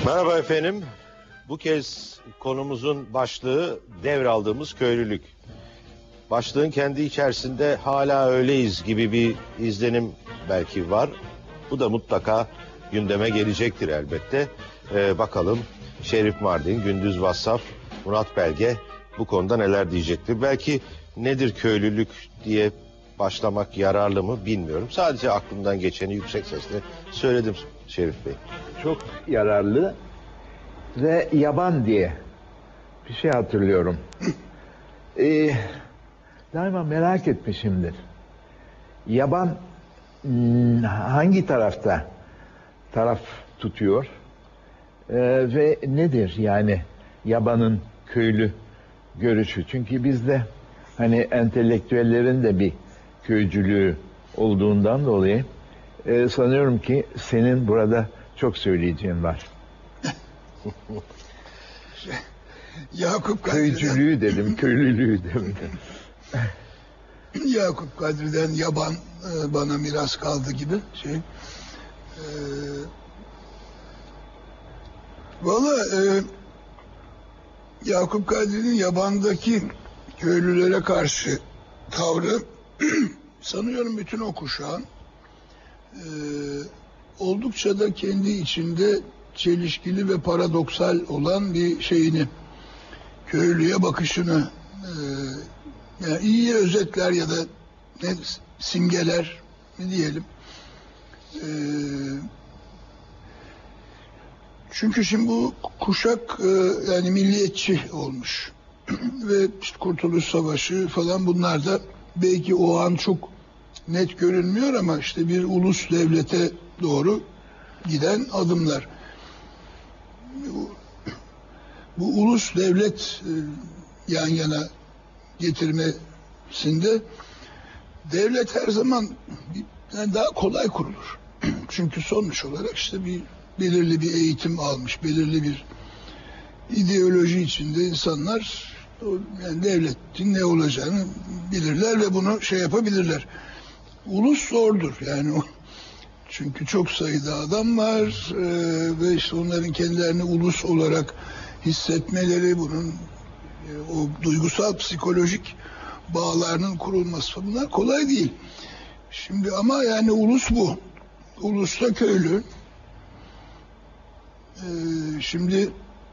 Merhaba efendim. Bu kez konumuzun başlığı devraldığımız köylülük. Başlığın kendi içerisinde hala öyleyiz gibi bir izlenim belki var. Bu da mutlaka gündeme gelecektir elbette. Bakalım Şerif Mardin, Gündüz Vassaf, Murat Belge bu konuda neler diyecektir. Belki nedir köylülük diye başlamak yararlı mı bilmiyorum. Sadece aklımdan geçeni yüksek sesle söyledim Şerif Bey. Çok yararlı ve yaban diye bir şey hatırlıyorum. Daima merak etmişimdir. Yaban hangi tarafta taraf tutuyor ve nedir yani yabanın köylü görüşü? Çünkü bizde hani entelektüellerin de bir köycülüğü olduğundan dolayı sanıyorum ki senin burada çok söyleyeceğin var. Yakup Kadri'den, köycülüğü dedim, köylülüğü demedim. Yakup Kadri'den yaban bana miras kaldı gibi şey. Valla Yakup Kadri'nin yabandaki köylülere karşı tavrı sanıyorum bütün o kuşağın oldukça da kendi içinde çelişkili ve paradoksal olan bir şeyini, köylüye bakışını yani iyiye özetler ya da ne simgeler mi diyelim. Çünkü şimdi bu kuşak yani milliyetçi olmuş ve işte Kurtuluş Savaşı falan bunlar da belki o an çok net görünmüyor ama işte bir ulus devlete doğru giden adımlar. Bu ulus devlet yan yana getirmesinde devlet her zaman yani daha kolay kurulur. Çünkü sonuç olarak işte belirli bir eğitim almış, belirli bir ideoloji içinde insanlar yani devletin ne olacağını bilirler ve bunu şey yapabilirler. Ulus zordur yani çünkü çok sayıda adam var ve işte onların kendilerini ulus olarak hissetmeleri, bunun o duygusal psikolojik bağlarının kurulması bunlar kolay değil. Şimdi ama yani ulus bu. Ulusta köylü. Şimdi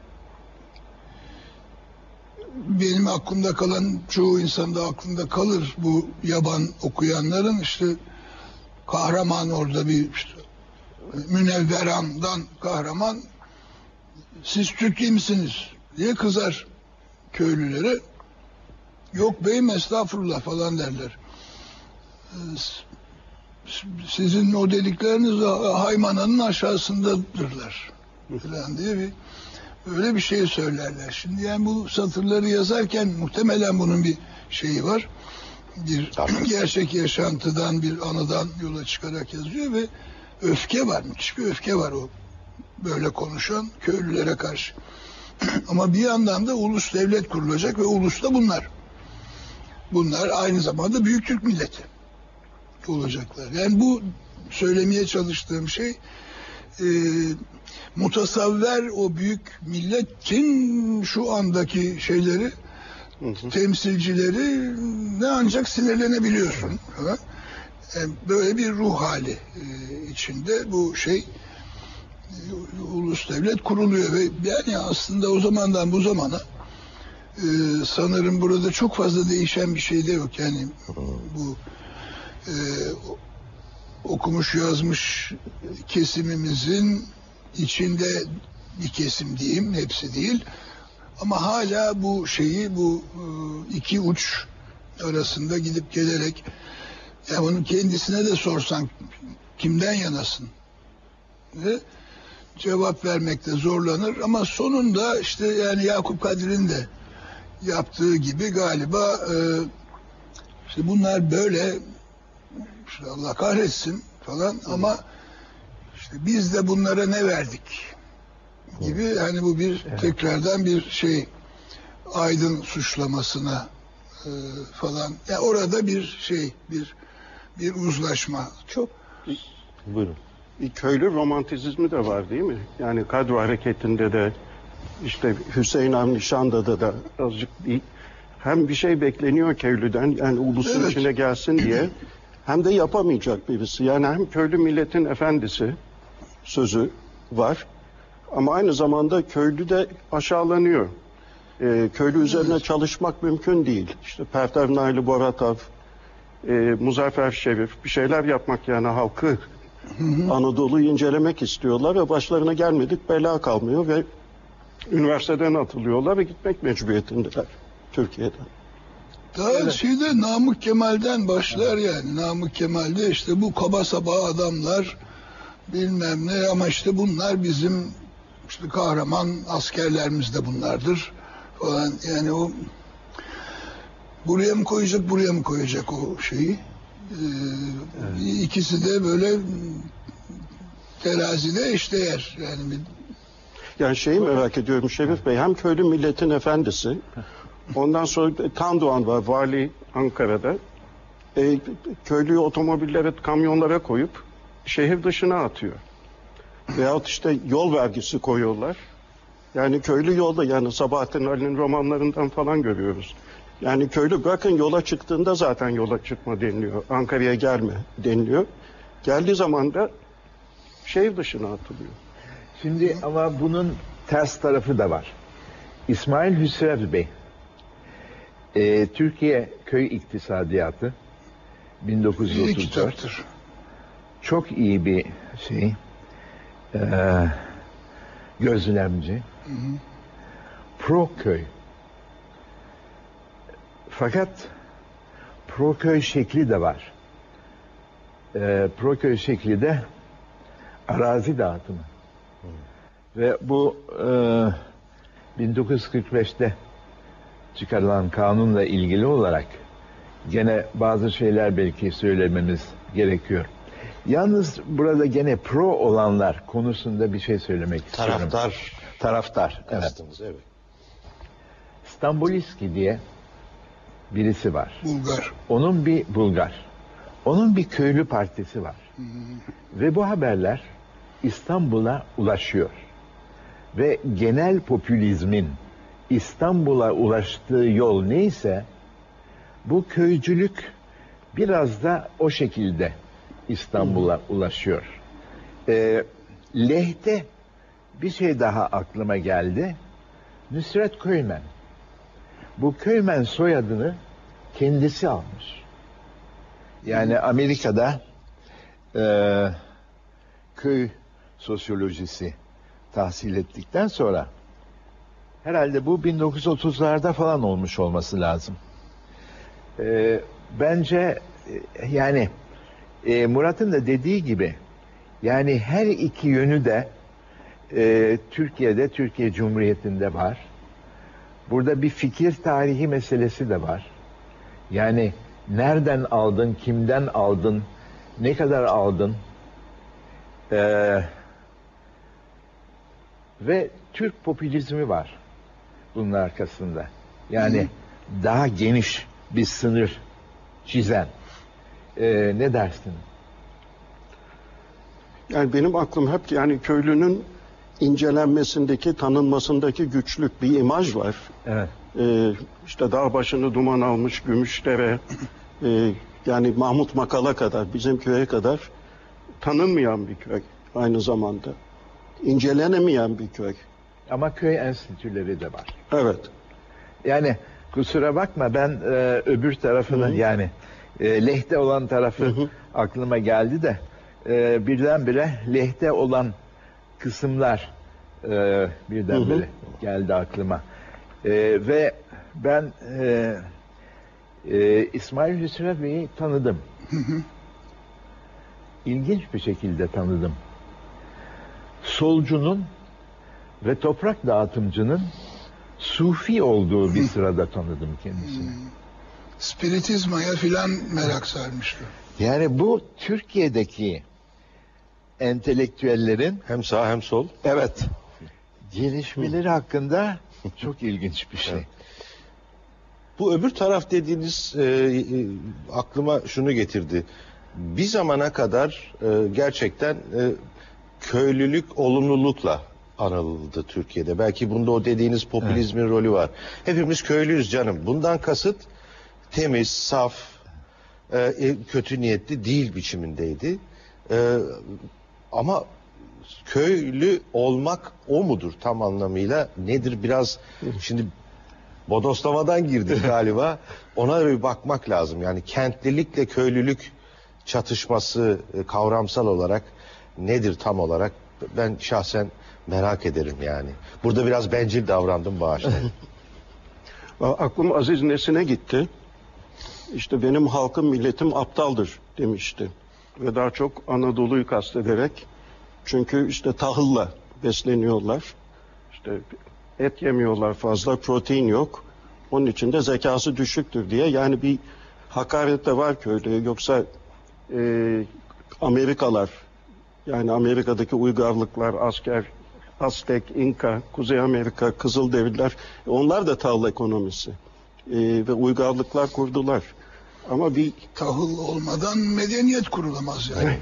benim aklımda kalan, çoğu insanda aklında kalır bu yaban okuyanların işte kahraman orada bir işte, Münevveran'dan kahraman siz Türk değil misiniz diye kızar köylülere. Yok beyim estağfurullah falan derler. Sizin o dedikleriniz Haymana'nın aşağısındadırlar falan diye öyle bir şey söylerler. Şimdi yani bu satırları yazarken muhtemelen bunun bir şeyi var. Bir gerçek yaşantıdan, bir anıdan yola çıkarak yazıyor ve öfke var, müthiş bir öfke var o böyle konuşan köylülere karşı. Ama bir yandan da ulus devlet kurulacak ve ulusta bunlar. Bunlar aynı zamanda Büyük Türk milleti olacaklar. Yani bu söylemeye çalıştığım şey mutasavver o büyük milletin şu andaki şeyleri temsilcileri ne ancak sinirlenebiliyorsun. Yani böyle bir ruh hali içinde bu şey ulus devlet kuruluyor ve yani aslında o zamandan bu zamana sanırım burada çok fazla değişen bir şey de yok. Yani bu okumuş yazmış kesimimizin içinde bir kesim diyeyim, hepsi değil. Ama hala bu şeyi, bu iki uç arasında gidip gelerek ya onun kendisine de sorsan kimden yanasın ve cevap vermekte zorlanır ama sonunda işte yani Yakup Kadri'nin de yaptığı gibi galiba işte bunlar böyle işte Allah kahretsin falan ama işte biz de bunlara ne verdik gibi hani bu bir tekrardan bir şey Aydın suçlamasına falan ya yani orada bir şey bir uzlaşma çok buyurun. bir köylü romantizmi de var değil mi? Yani Kadro Hareketi'nde de işte Hüseyin Avni Şanda'da da azıcık değil. Hem bir şey bekleniyor köylüden, yani ulusun Evet. içine gelsin diye, hem de yapamayacak birisi. Yani hem köylü milletin efendisi sözü var ama aynı zamanda köylü de aşağılanıyor. Köylü üzerine çalışmak mümkün değil. İşte Pertev Naili Boratav, Muzaffer Şerif bir şeyler yapmak, yani halkı Anadolu'yu incelemek istiyorlar ve başlarına gelmedik bela kalmıyor ve üniversiteden atılıyorlar ve gitmek mecburiyetindeler Türkiye'den. Daha şeyde Namık Kemal'den başlar yani. Namık Kemal'de işte bu kaba saba adamlar bilmem ne, ama işte bunlar bizim işte kahraman askerlerimiz de bunlardır falan. Yani o buraya mı koyacak, buraya mı koyacak o şeyi? İkisi de böyle terazide eşdeğer. Yani Yani şeyi merak ediyorum Şerif Bey, hem köylü milletin efendisi, ondan sonra Tan Doğan var, vali Ankara'da. Köylüyü otomobillere, kamyonlara koyup şehir dışına atıyor. Veyahut işte yol vergisi koyuyorlar. Yani köylü yolda, yani Sabahattin Ali'nin romanlarından falan görüyoruz. Yani köylü bakın yola çıktığında zaten yola çıkma deniliyor. Ankara'ya gelme deniliyor. Geldiği zaman da şehir dışına atılıyor. Şimdi ama bunun ters tarafı da var. İsmail Hüsrev Bey, Türkiye Köy İktisadiyatı, iyi 1934, kitaptır. çok iyi bir şey, gözlemci, pro köy. Fakat pro köy şekli de var. Pro köy şekli de arazi dağıtımı. Ve bu 1945'te çıkarılan kanunla ilgili olarak gene bazı şeyler belki söylememiz gerekiyor. Yalnız burada gene pro olanlar konusunda bir şey söylemek istiyorum. Taraftar. Evet. Kastınız, evet. Stamboliski diye birisi var. Bulgar. Onun bir Bulgar. Onun bir köylü partisi var. Ve bu haberler İstanbul'a ulaşıyor. Ve genel popülizmin İstanbul'a ulaştığı yol neyse, bu köycülük biraz da o şekilde İstanbul'a ulaşıyor. Lehte bir şey daha aklıma geldi. Nusret Köymen. Bu Köymen soyadını kendisi almış. Yani Amerika'da köy sosyolojisi tahsil ettikten sonra, herhalde bu 1930'larda falan olmuş olması lazım. Bence yani Murat'ın da dediği gibi, yani her iki yönü de Türkiye'de, Türkiye Cumhuriyeti'nde var. Burada bir fikir tarihi meselesi de var. Yani nereden aldın, kimden aldın, ne kadar aldın? Ve Türk popülizmi var bunun arkasında. Yani daha geniş bir sınır çizen. Ne dersin? Yani benim aklım hep, yani köylünün incelenmesindeki, tanınmasındaki güçlük bir imaj var. Evet. İşte dağ başını duman almış Gümüşdere, yani Mahmut Makal'a kadar, bizim köye kadar tanınmayan bir köy aynı zamanda. İncelenemeyen bir köy. Ama köy enstitüleri de var. Evet. Yani kusura bakma, ben öbür tarafının, yani lehte olan tarafı aklıma geldi de birdenbire lehte olan kısımlar birdenbire geldi aklıma. Ve ben İsmail Hüsrev Bey'i tanıdım. İlginç bir şekilde tanıdım. Solcunun ve toprak dağıtımcının Sufi olduğu bir sırada tanıdım kendisini. Spiritizmaya filan merak sarmıştı. Yani bu Türkiye'deki entelektüellerin, Hem sağ hem sol. evet, gelişmeleri hakkında çok ilginç bir şey. Bu öbür taraf dediğiniz aklıma şunu getirdi. bir zamana kadar gerçekten köylülük olumlulukla anıldı Türkiye'de. Belki bunda o dediğiniz popülizmin rolü var. Hepimiz köylüyüz canım. Bundan kasıt temiz, saf, kötü niyetli değil biçimindeydi. Ama köylü olmak o mudur tam anlamıyla? Nedir biraz şimdi bodoslamadan girdik galiba. Ona bir bakmak lazım. Yani kentlilikle köylülük çatışması kavramsal olarak nedir tam olarak? Ben şahsen merak ederim yani. Burada biraz bencil davrandım, bağışlayın. Aklım Aziz Nesin'e gitti. İşte benim halkım, milletim aptaldır demişti. Ve daha çok Anadolu'yu kastederek. Çünkü işte tahılla besleniyorlar. İşte et yemiyorlar fazla, protein yok. Onun için de zekası düşüktür diye. Yani bir hakaret de var köylüye. Yoksa Amerikalar, yani Amerika'daki uygarlıklar, Aztek, İnka, Kuzey Amerika, Kızılderililer, onlar da tahıl ekonomisi. Ve uygarlıklar kurdular. Ama bir Tahıl olmadan medeniyet kurulamaz yani.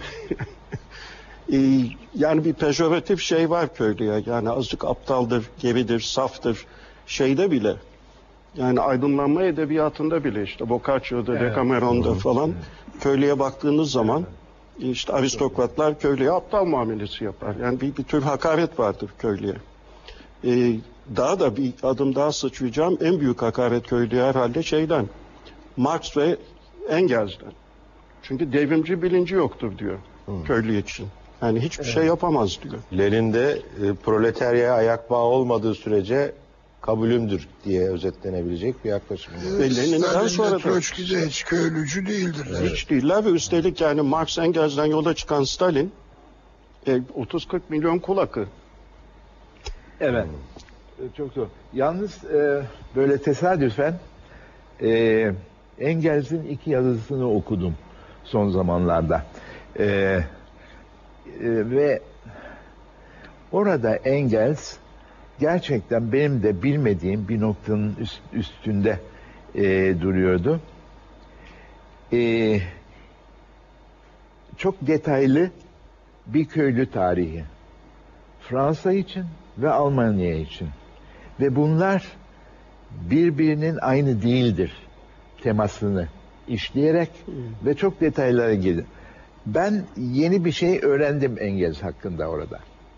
Yani bir pejoratif şey var köylüye. Yani azıcık aptaldır, geridir, saftır. Şeyde bile, yani aydınlanma edebiyatında bile, işte Boccaccio'da, Decameron'da falan köylüye baktığınız zaman işte aristokratlar köylüye aptal muamelesi yapar. Yani bir tür hakaret vardır köylüye. Daha da bir adım daha sıçrayacağım. En büyük hakaret köylüye herhalde şeyden, Marx ve Engels'den. Çünkü devrimci bilinci yoktur diyor köylü için. Yani hiçbir şey yapamaz diyor. Lenin de proletaryaya ayak bağı olmadığı sürece kabulümdür diye özetlenebilecek bir yaklaşım. Ve Lenin'den sonra da Troçki'de hiç köylücü değildir. hiç değiller ve üstelik yani Marx Engels'den yola çıkan Stalin 30-40 milyon kul hakkı. Evet. Çok zor. Yalnız böyle tesadüfen Engels'in 2 yazısını okudum son zamanlarda. Ve orada Engels gerçekten benim de bilmediğim bir noktanın üstünde duruyordu. Çok detaylı bir köylü tarihi. Fransa için ve Almanya için. Ve bunlar birbirinin aynı değildir temasını işleyerek ve çok detaylara girdi. Ben yeni bir şey öğrendim Engels hakkında orada.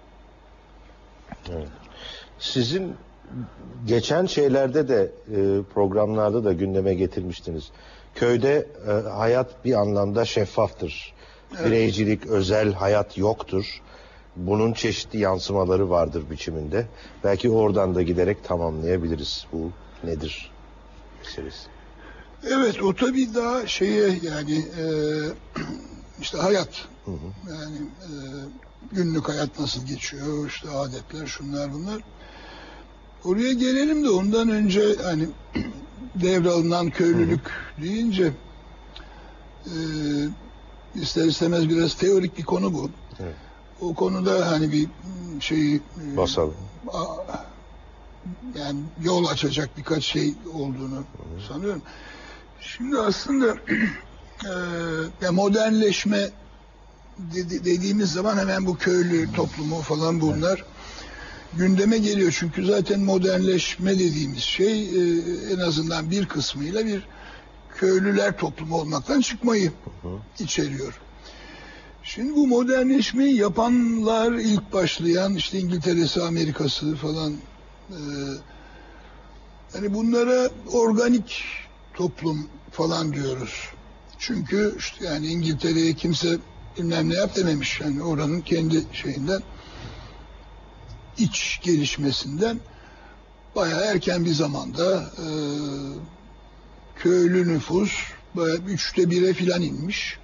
Evet. Sizin geçen şeylerde de programlarda da gündeme getirmiştiniz. Köyde hayat bir anlamda şeffaftır. Evet. Bireycilik, özel hayat yoktur. Bunun çeşitli yansımaları vardır biçiminde. Belki oradan da giderek tamamlayabiliriz. Bu nedir meselesi? Evet, o tabii daha şeye yani işte hayat. Yani günlük hayat nasıl geçiyor, işte adetler, şunlar bunlar. Oraya gelelim de ondan önce hani devralınan köylülük deyince ister istemez biraz teorik bir konu bu. Evet. O konuda hani bir şeyi basalım. Yani yol açacak birkaç şey olduğunu sanıyorum. Şimdi aslında modernleşme dediğimiz zaman hemen bu köylü toplumu falan bunlar gündeme geliyor. Çünkü zaten modernleşme dediğimiz şey en azından bir kısmıyla bir köylüler toplumu olmaktan çıkmayı içeriyor. Şimdi bu modernleşmeyi yapanlar, ilk başlayan işte İngiltere'si, Amerika'sı falan hani bunlara organik toplum falan diyoruz. Çünkü işte yani İngiltere'ye kimse bilmem ne yap dememiş. Yani oranın kendi şeyinden, iç gelişmesinden bayağı erken bir zamanda köylü nüfus bayağı 1/3'e filan inmiş.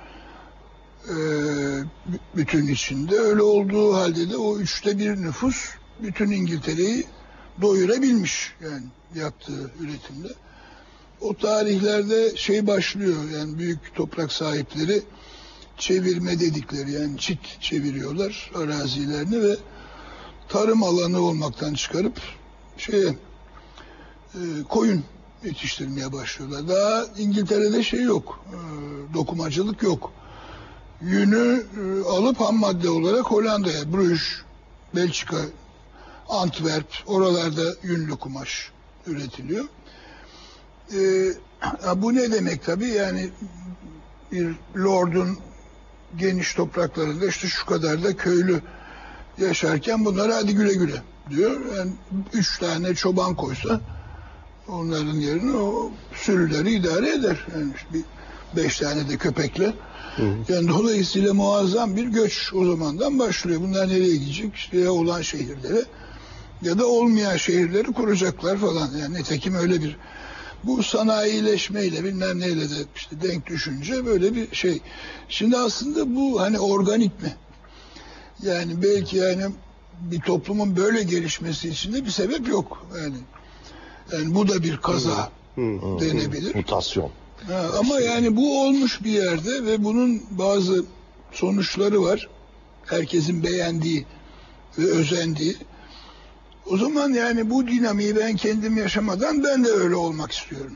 Bütün içinde öyle olduğu halde de o 1/3 nüfus bütün İngiltere'yi doyurabilmiş yani yaptığı üretimde. O tarihlerde şey başlıyor yani büyük toprak sahipleri çevirme dedikleri yani çit çeviriyorlar arazilerini ve tarım alanı olmaktan çıkarıp koyun yetiştirmeye başlıyorlar. Daha İngiltere'de şey yok, dokumacılık yok. yünü alıp ham madde olarak Hollanda'ya, Bruges, Belçika, Antwerp, oralarda yünlü kumaş üretiliyor. Bu ne demek tabii? Yani bir lordun geniş topraklarında işte şu kadar da köylü yaşarken bunlara hadi güle güle diyor. Yani 3 tane çoban koysa onların yerine o sürüleri idare eder. Yani işte 5 tane de köpekle. Yani dolayısıyla muazzam bir göç o zamandan başlıyor. Bunlar nereye gidecek? İşte ya olan şehirlere ya da olmayan şehirleri kuracaklar falan. Yani nitekim öyle bir, bu sanayileşmeyle bilmem neyle de işte denk düşünce böyle bir şey. Şimdi aslında bu hani organik mi? Yani belki yani bir toplumun böyle gelişmesi için de bir sebep yok. Yani bu da bir kaza denebilir. Mutasyon. Ama yani bu olmuş bir yerde ve bunun bazı sonuçları var. Herkesin beğendiği ve özendiği. O zaman yani bu dinamiği ben kendim yaşamadan ben de öyle olmak istiyorum.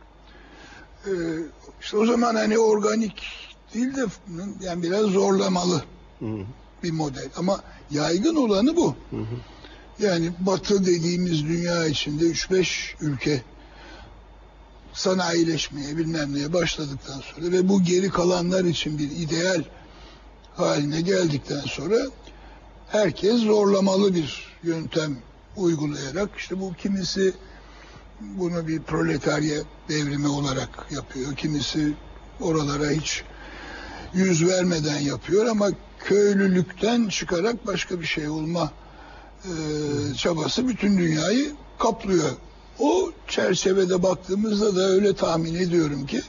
İşte o zaman hani organik değil de yani biraz zorlamalı bir model. Ama yaygın olanı bu. Yani Batı dediğimiz dünya içinde 3-5 ülke sanayileşmeye bilmem neye başladıktan sonra ve bu geri kalanlar için bir ideal haline geldikten sonra herkes zorlamalı bir yöntem uygulayarak, işte bu kimisi bunu bir proletarya devrimi olarak yapıyor, kimisi oralara hiç yüz vermeden yapıyor ama köylülükten çıkarak başka bir şey olma çabası bütün dünyayı kaplıyor. O çerçevede baktığımızda da öyle tahmin ediyorum ki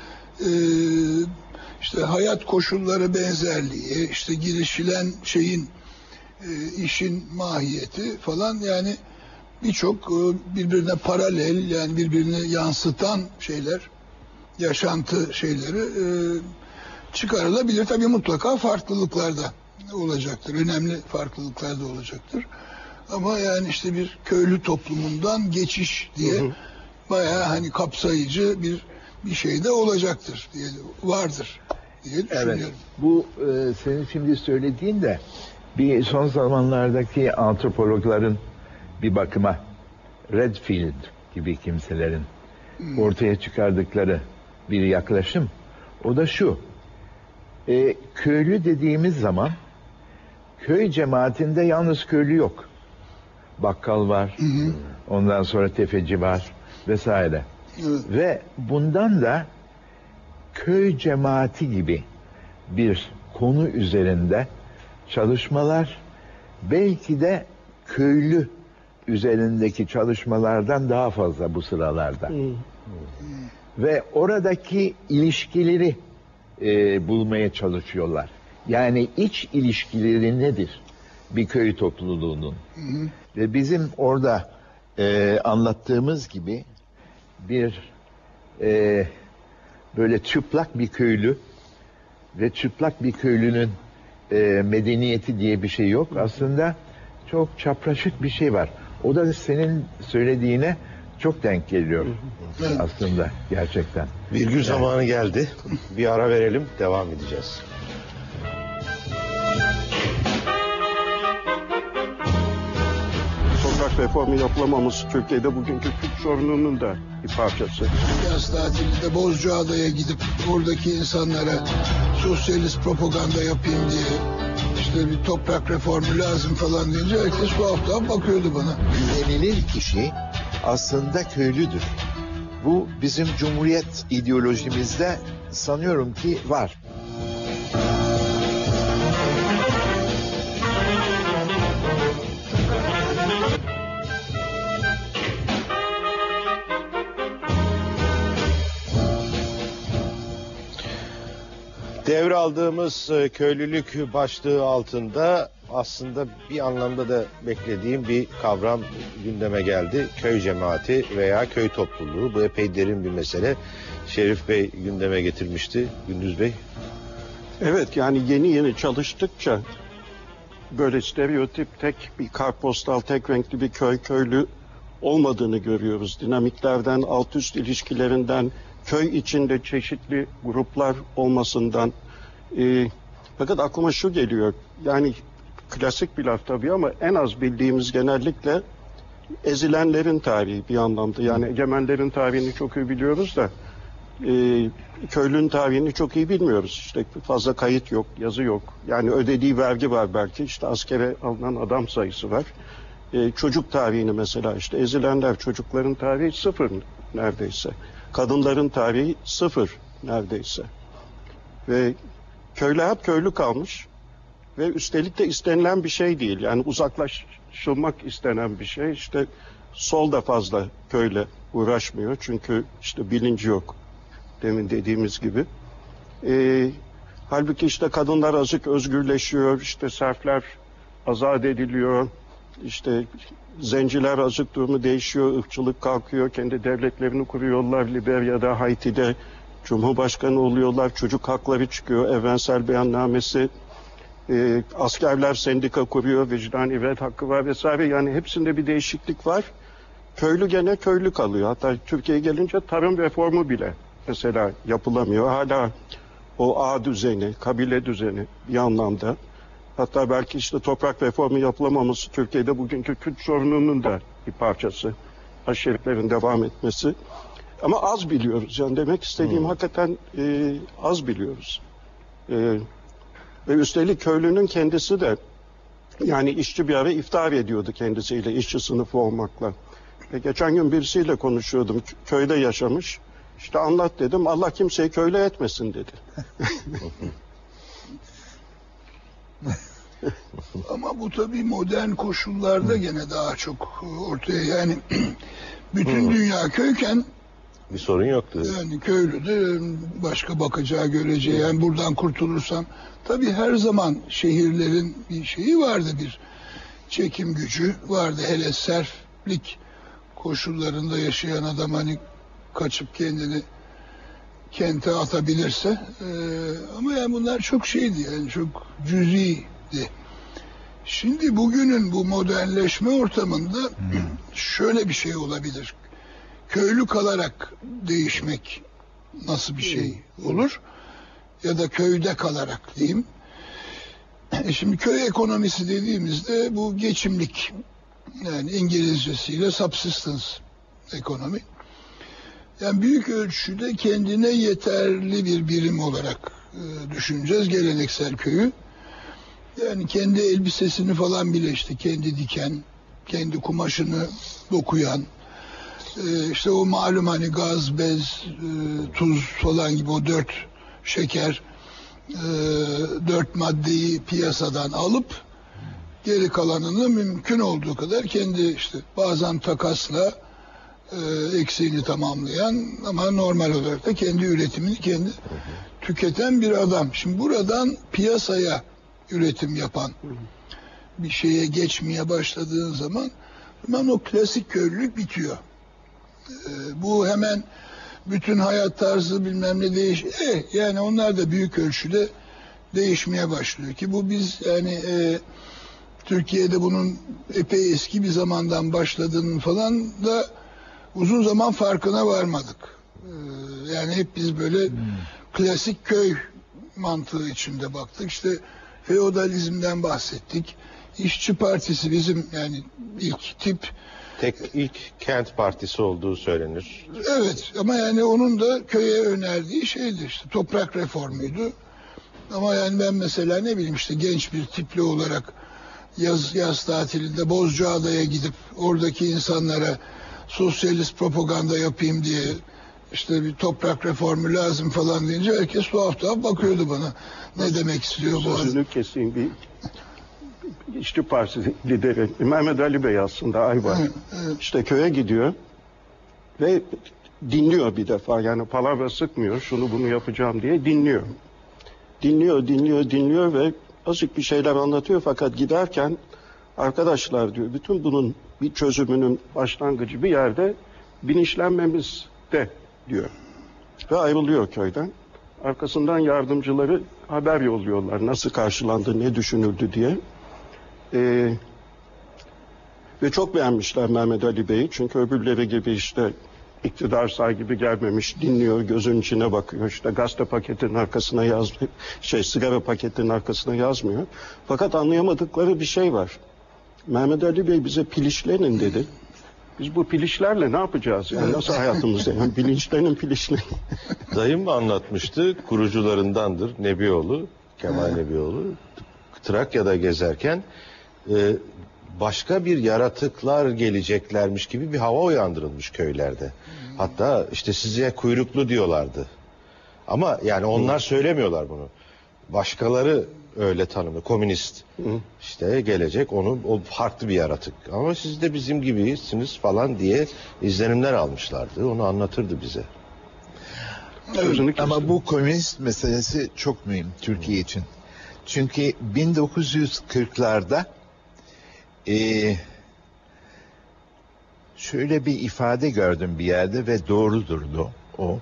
işte hayat koşulları benzerliği, işte girişilen şeyin işin mahiyeti falan, yani birçok birbirine paralel, yani birbirini yansıtan şeyler, yaşantı şeyleri çıkarılabilir. Tabii mutlaka farklılıklar da olacaktır. Önemli farklılıklar da olacaktır. Ama yani işte bir köylü toplumundan geçiş diye bayağı hani kapsayıcı bir şey de olacaktır diye, vardır diye düşünüyorum. Evet, bu senin şimdi söylediğin de bir son zamanlardaki antropologların bir bakıma Redfield gibi kimselerin ortaya çıkardıkları bir yaklaşım. O da şu: köylü dediğimiz zaman köy cemaatinde yalnız köylü yok. Bakkal var, ondan sonra tefeci var vesaire. Evet. Ve bundan da köy cemaati gibi bir konu üzerinde çalışmalar belki de köylü üzerindeki çalışmalardan daha fazla bu sıralarda. Ve oradaki ilişkileri bulmaya çalışıyorlar. Yani iç ilişkileri nedir bir köy topluluğunun? Ve bizim orada anlattığımız gibi bir böyle çıplak bir köylü ve çıplak bir köylünün medeniyeti diye bir şey yok. Aslında çok çapraşık bir şey var. O da senin söylediğine çok denk geliyor aslında gerçekten. Virgül zamanı geldi. Bir ara verelim, devam edeceğiz. Toprak reformu yapılamaması Türkiye'de bugünkü Kürt sorununun da bir parçası. Yaz tatilinde Bozcaada'ya gidip oradaki insanlara sosyalist propaganda yapayım diye işte bir toprak reformu lazım falan deyince herkes tuhaf bakıyordu bana. Güvenilir kişi aslında köylüdür. Bu bizim Cumhuriyet ideolojimizde sanıyorum ki var. Devraldığımız köylülük başlığı altında aslında bir anlamda da beklediğim bir kavram gündeme geldi. Köy cemaati veya köy topluluğu. Bu epey derin bir mesele. Şerif Bey gündeme getirmişti. Gündüz Bey. Evet, yani yeni çalıştıkça böyle stereotip, tek bir kartpostal, tek renkli bir köylü olmadığını görüyoruz. Dinamiklerden, alt üst ilişkilerinden, köy içinde çeşitli gruplar olmasından, Fakat aklıma şu geliyor. Yani klasik bir laf tabii ama en az bildiğimiz genellikle ezilenlerin tarihi bir anlamda. Yani egemenlerin tarihini çok iyi biliyoruz da köylünün tarihini çok iyi bilmiyoruz. İşte fazla kayıt yok, yazı yok. Yani ödediği vergi var belki. İşte askere alınan adam sayısı var. Çocuk tarihini mesela işte ezilenler, çocukların tarihi sıfır neredeyse. Kadınların tarihi sıfır neredeyse. Ve köylü hep köylü kalmış. Ve üstelik de istenilen bir şey değil. Yani uzaklaşılmak istenen bir şey. İşte sol da fazla köyle uğraşmıyor. Çünkü işte bilinci yok. Demin dediğimiz gibi. Halbuki işte kadınlar azıcık özgürleşiyor. İşte serfler azat ediliyor. İşte zenciler azıcık durumu değişiyor. Irkçılık kalkıyor. Kendi devletlerini kuruyorlar. Liberya'da, Haiti'de Cumhurbaşkanı oluyorlar. Çocuk hakları çıkıyor. Evrensel Beyannamesi. Askerler sendika kuruyor, vicdani red hakkı var vesaire. Yani hepsinde bir değişiklik var. Köylü gene köylü kalıyor. Hatta Türkiye'ye gelince tarım reformu bile mesela yapılamıyor. Hala o ağ düzeni, kabile düzeni bir anlamda. Hatta belki işte toprak reformu yapılamaması Türkiye'de bugünkü Kürt sorununun da bir parçası. Aşiretlerin devam etmesi. Ama az biliyoruz. Yani demek istediğim hakikaten az biliyoruz. Ve üstelik köylünün kendisi de yani işçi bir ara iftihar ediyordu kendisiyle, işçi sınıfı olmakla. Ve geçen gün birisiyle konuşuyordum, köyde yaşamış. İşte anlat dedim, Allah kimseyi köyle etmesin dedi. Ama bu tabii modern koşullarda gene daha çok ortaya, yani bütün dünya köyken Bir sorun yoktu. yani köylü de başka bakacağı, göreceği, yani buradan kurtulursam. Tabii her zaman şehirlerin bir şeyi vardı, bir çekim gücü vardı. Hele serflik koşullarında yaşayan adam hani kaçıp kendini kente atabilirse. Ama yani bunlar çok şeydi, yani çok cüz'iydi. Şimdi bugünün bu modernleşme ortamında şöyle bir şey olabilir. Köylü kalarak değişmek nasıl bir şey olur? Ya da köyde kalarak diyeyim. Şimdi köy ekonomisi dediğimizde bu geçimlik, yani İngilizcesiyle subsistence ekonomi. Yani büyük ölçüde kendine yeterli bir birim olarak düşüneceğiz geleneksel köyü. Yani kendi elbisesini falan bile işte kendi diken, kendi kumaşını dokuyan, işte o malum hani gaz, bez, tuz falan gibi o 4 şeker, 4 maddeyi piyasadan alıp geri kalanını mümkün olduğu kadar kendi işte bazen takasla eksiğini tamamlayan ama normal olarak da kendi üretimini kendi tüketen bir adam. Şimdi buradan piyasaya üretim yapan bir şeye geçmeye başladığın zaman hemen o klasik köylülük bitiyor. Bu hemen bütün hayat tarzı bilmem ne yani onlar da büyük ölçüde değişmeye başlıyor ki bu biz yani Türkiye'de bunun epey eski bir zamandan başladığının falan da uzun zaman farkına varmadık. Yani hep biz böyle klasik köy mantığı içinde baktık. İşte feodalizmden bahsettik. İşçi Partisi bizim yani ilk tip. İlk kent partisi olduğu söylenir. Evet ama yani onun da köye önerdiği şeydi işte toprak reformuydu. Ama yani ben mesela ne bileyim işte genç bir tipli olarak yaz tatilinde Bozcaada'ya gidip oradaki insanlara sosyalist propaganda yapayım diye işte bir toprak reformu lazım falan deyince herkes tuhaf tuhaf bakıyordu bana. Ne demek istiyor bu? Sözünü keseyim, bir İşçi Partisi lideri Mehmet Ali Bey aslında Aybar. İşte köye gidiyor ve dinliyor bir defa, yani palavra sıkmıyor, şunu bunu yapacağım diye dinliyor. Dinliyor ve azıcık bir şeyler anlatıyor fakat giderken arkadaşlar diyor bütün bunun bir çözümünün başlangıcı bir yerde bilinçlenmemizde diyor. Ve ayrılıyor köyden. Arkasından yardımcıları haber yolluyorlar nasıl karşılandı, ne düşünüldü diye. Ve çok beğenmişler Mehmet Ali Bey'i çünkü öbürleri gibi işte iktidar sahibi gelmemiş, dinliyor, gözünün içine bakıyor. İşte gazete paketinin arkasına yazmıyor, sigara paketinin arkasına yazmıyor. Fakat anlayamadıkları bir şey var. Mehmet Ali Bey bize pilişlenin dedi. Biz bu pilişlerle ne yapacağız? Yani nasıl hayatımızda? Yani bilinçlerin pilişleri. Dayım anlatmıştı, kurucularındandır Nebioğlu, Kemal Nebioğlu. Trakya'da gezerken başka bir yaratıklar geleceklermiş gibi bir hava uyandırılmış köylerde. Hatta işte size kuyruklu diyorlardı. Ama yani onlar söylemiyorlar bunu. Başkaları öyle tanımlıyor. Komünist. İşte gelecek, o farklı bir yaratık. Ama siz de bizim gibisiniz falan diye izlenimler almışlardı. Onu anlatırdı bize. Evet, ama bu komünist meselesi çok mühim Türkiye için. Çünkü 1940'larda şöyle bir ifade gördüm bir yerde ve doğrudur o.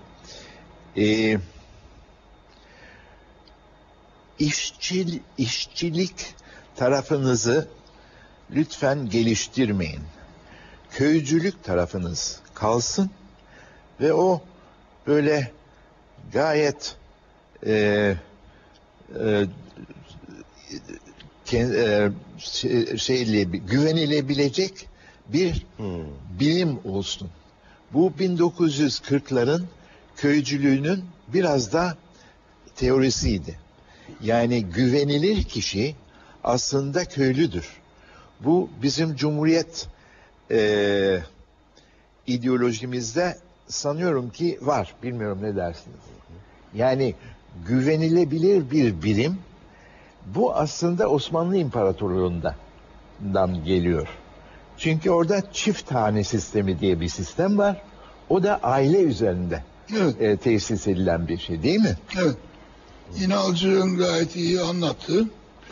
İşçilik tarafınızı lütfen geliştirmeyin. Köycülük tarafınız kalsın ve o böyle gayet güvenilebilecek bir bilim olsun. Bu 1940'ların köycülüğünün biraz da teorisiydi. Yani güvenilir kişi aslında köylüdür. Bu bizim Cumhuriyet ideolojimizde sanıyorum ki var. Bilmiyorum ne dersiniz. Yani güvenilebilir bir bilim, bu aslında Osmanlı İmparatorluğundan geliyor. Çünkü orada çift hane sistemi diye bir sistem var. O da aile üzerinde tesis edilen bir şey değil mi? Evet. İnalcı'nın gayet iyi anlattığı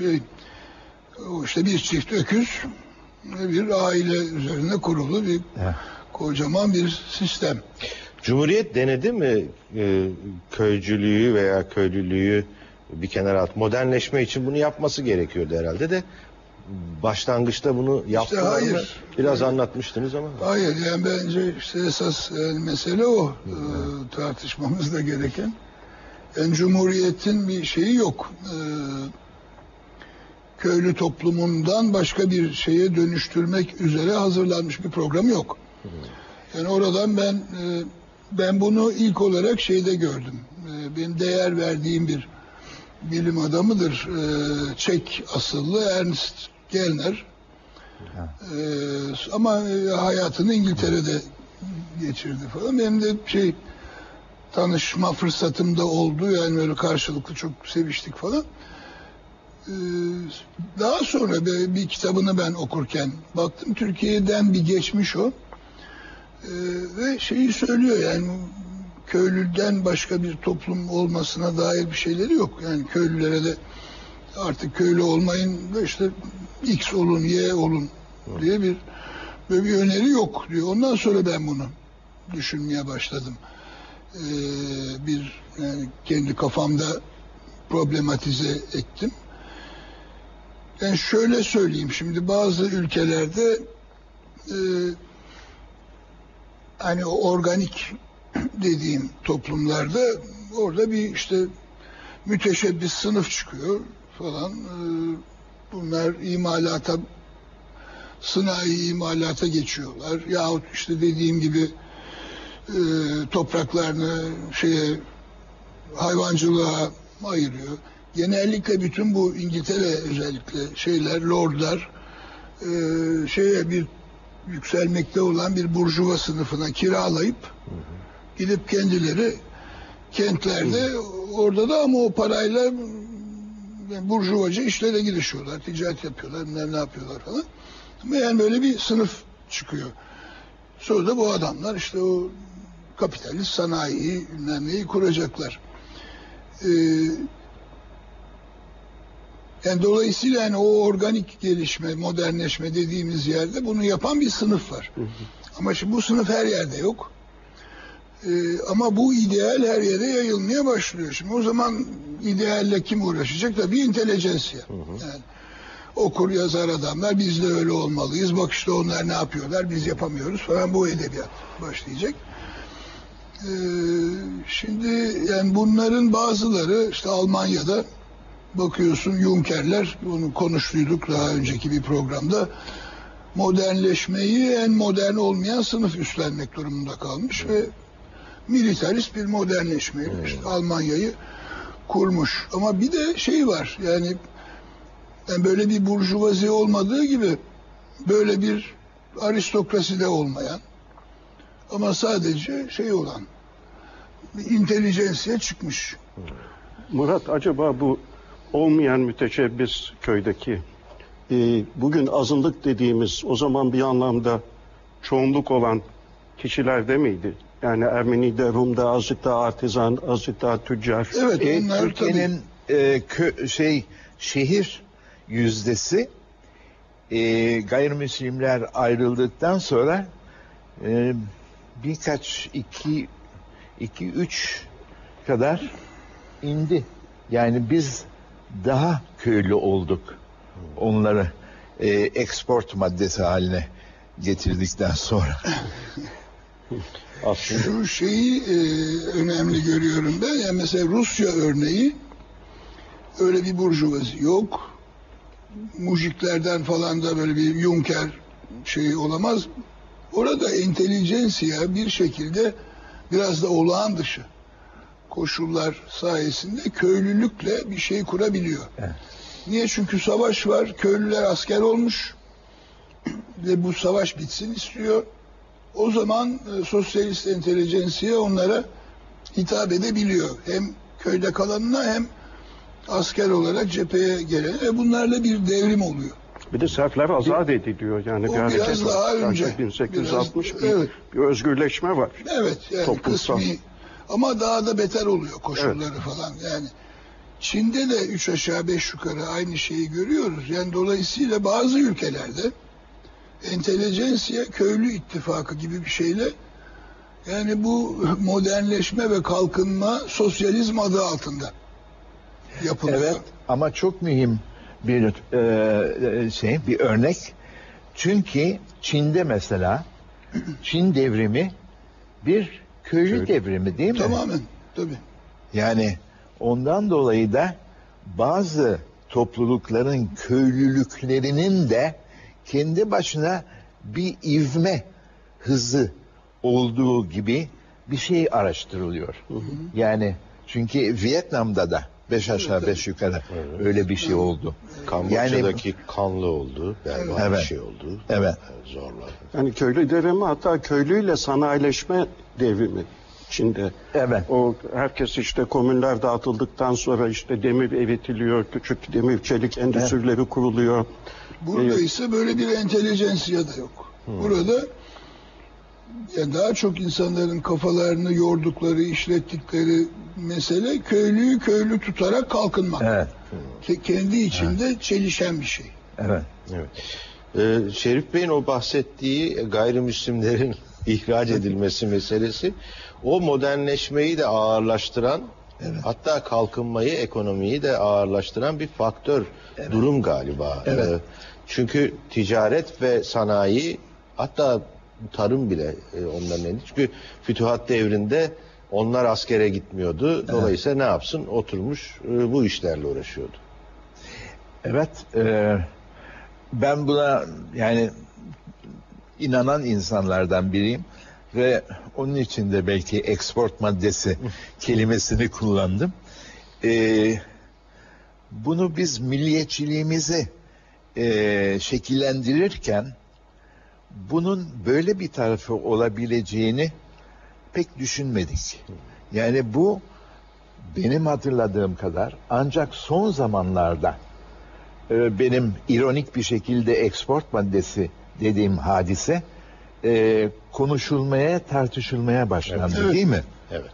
işte bir çift öküz ve bir aile üzerine kurulu bir kocaman bir sistem. Cumhuriyet denedi mi köycülüğü veya köylülüğü bir kenara at? Modernleşme için bunu yapması gerekiyordu herhalde de başlangıçta bunu yaptılar mı? Biraz anlatmıştınız ama. Hayır, yani bence işte esas mesele o tartışmamız da gereken. Yani Cumhuriyet'in bir şeyi yok. Köylü toplumundan başka bir şeye dönüştürmek üzere hazırlanmış bir program yok. Yani oradan ben bunu ilk olarak şeyde gördüm. Benim değer verdiğim bir bilim adamıdır. Çek asıllı Ernst Gellner. Ama hayatını İngiltere'de geçirdi falan. Benim de tanışma fırsatım da oldu. Yani böyle karşılıklı çok seviştik falan. Daha sonra bir kitabını ben okurken baktım, Türkiye'den bir geçmiş o. Ve şeyi söylüyor, yani köylüden başka bir toplum olmasına dair bir şeyleri yok. Yani köylülere de artık köylü olmayın da işte X olun, Y olun diye böyle bir öneri yok diyor. Ondan sonra ben bunu düşünmeye başladım. Yani kendi kafamda problematize ettim. Yani şöyle söyleyeyim, şimdi bazı ülkelerde hani organik dediğim toplumlarda orada bir işte müteşebbis sınıf çıkıyor falan. Bunlar sanayi imalata geçiyorlar. Yahut işte dediğim gibi topraklarını hayvancılığa ayırıyor. Genellikle bütün bu İngiltere özellikle lordlar bir yükselmekte olan bir burjuva sınıfına kiralayıp gidip kendileri kentlerde orada da ama o parayla yani burjuvacı işlere girişiyorlar, ticaret yapıyorlar, ne yapıyorlar falan. Ama yani böyle bir sınıf çıkıyor. Sonra da bu adamlar işte o kapitalist sanayiyi neyi kuracaklar. Yani dolayısıyla yani o organik gelişme, modernleşme dediğimiz yerde bunu yapan bir sınıf var. Ama şimdi bu sınıf her yerde yok. Ama bu ideal her yere yayılmaya başlıyor. Şimdi o zaman idealle kim uğraşacak? Tabii intelijensiya. Yani okur yazar adamlar, biz de öyle olmalıyız. Bak işte onlar ne yapıyorlar, biz yapamıyoruz falan, bu edebiyat başlayacak. Şimdi yani bunların bazıları işte Almanya'da bakıyorsun Juncker'ler, bunu konuştuyduk daha önceki bir programda, modernleşmeyi en modern olmayan sınıf üstlenmek durumunda kalmış ve militarist bir modernleşmeyle işte Almanya'yı kurmuş. Ama bir de şey var yani böyle bir burjuvazi olmadığı gibi böyle bir aristokrasi de olmayan ama sadece şey olan bir intelijensiye çıkmış. Murat, acaba bu olmayan müteşebbis köydeki bugün azınlık dediğimiz o zaman bir anlamda çoğunluk olan kişiler miydi? Yani Ermeni'de, Rum'da azıcık daha artizan, azıcık daha tüccar. Evet, onlar Türkiye'nin şehir yüzdesi gayrimüslimler ayrıldıktan sonra birkaç 2-3 kadar indi. Yani biz daha köylü olduk. Onları export maddesi haline getirdikten sonra. Aslında Şu şeyi önemli görüyorum ben. Yani mesela Rusya örneği, öyle bir burjuvazi yok. Mujiklerden falan da böyle bir Juncker şeyi olamaz. Orada entelijensiya bir şekilde biraz da olağan dışı koşullar sayesinde köylülükle bir şey kurabiliyor. Evet. Niye? Çünkü savaş var. Köylüler asker olmuş ve bu savaş bitsin istiyor. O zaman sosyalist entelijensiya onlara hitap edebiliyor. Hem köyde kalanına hem asker olarak cepheye gelene ve bunlarla bir devrim oluyor. Bir de serfler azat ediliyor. Yani O bir hareket biraz var. daha önce. Sanki 1860 Biraz, evet. bir özgürleşme var. Evet yani Toplumsal. kısmi ama daha da beter oluyor koşulları falan yani. Çin'de de 3 aşağı 5 yukarı aynı şeyi görüyoruz. Yani dolayısıyla bazı ülkelerde entelijensiya köylü ittifakı gibi bir şeyle yani bu modernleşme ve kalkınma sosyalizm adı altında yapılıyor. Evet, ama çok mühim bir bir örnek. Çünkü Çin'de mesela Çin devrimi bir köylü devrimi değil mi? Tamamen tabii. Yani ondan dolayı da bazı toplulukların köylülüklerinin de kendi başına bir ivme hızı olduğu gibi bir şey araştırılıyor. Yani çünkü Vietnam'da da 5 aşağı 5 yukarı öyle bir şey oldu. Kamboçya'daki kanlı oldu. Berbat Evet. bir şey oldu. Evet. Zorla. Yani köylü devrimi, hatta köylüyle sanayileşme devrimi Çin'de. Evet. O herkes işte komünler dağıtıldıktan sonra işte demir eritiliyor, küçük demir çelik endüstrileri kuruluyor. Burada ise böyle bir entelijensiya da yok. Burada yani daha çok insanların kafalarını yordukları, işlettikleri mesele köylüyü köylü tutarak kalkınmak. Evet. Kendi içinde çelişen bir şey. Evet. Evet. Şerif Bey'in o bahsettiği gayrimüslimlerin ihraç edilmesi meselesi o modernleşmeyi de ağırlaştıran, hatta kalkınmayı, ekonomiyi de ağırlaştıran bir faktör, durum galiba. Evet. Çünkü ticaret ve sanayi, hatta tarım bile onların elinde. Çünkü Fütuhat devrinde onlar askere gitmiyordu. Dolayısıyla ne yapsın? Oturmuş bu işlerle uğraşıyordu. Evet. Ben buna yani inanan insanlardan biriyim ve onun için de belki export maddesi kelimesini kullandım. Bunu biz milliyetçiliğimizi şekillendirirken bunun böyle bir tarafı olabileceğini pek düşünmedik. Yani bu benim hatırladığım kadar ancak son zamanlarda benim ironik bir şekilde export maddesi dediğim hadise konuşulmaya, tartışılmaya başlandı, Evet. değil mi? Evet.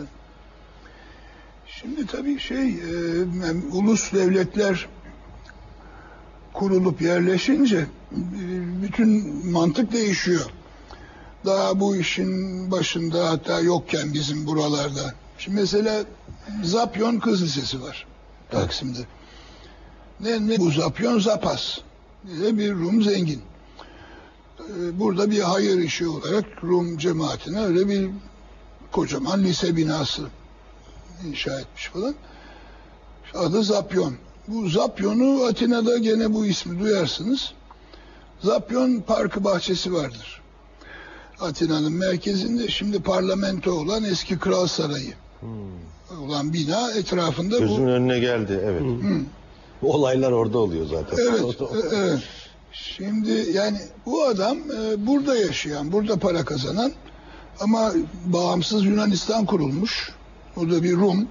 Şimdi tabii yani ulus devletler kurulup yerleşince bütün mantık değişiyor. Daha bu işin başında hatta yokken bizim buralarda. Şimdi mesela Zapyon Kız Lisesi var Taksim'de. Ne bu Zapyon? Zapas. Bir Rum zengin. Burada bir hayır işi olarak Rum cemaatine öyle bir kocaman lise binası inşa etmiş falan. Adı Zapyon. Bu Zapyon'u Atina'da gene bu ismi duyarsınız. Zapyon Parkı bahçesi vardır. Atina'nın merkezinde şimdi parlamento olan eski Kral Sarayı olan bina etrafında Gözümün önüne geldi, evet. Bu olaylar orada oluyor zaten. Evet, evet. Şimdi yani bu adam burada yaşayan, burada para kazanan ama bağımsız Yunanistan kurulmuş. O da bir Rum.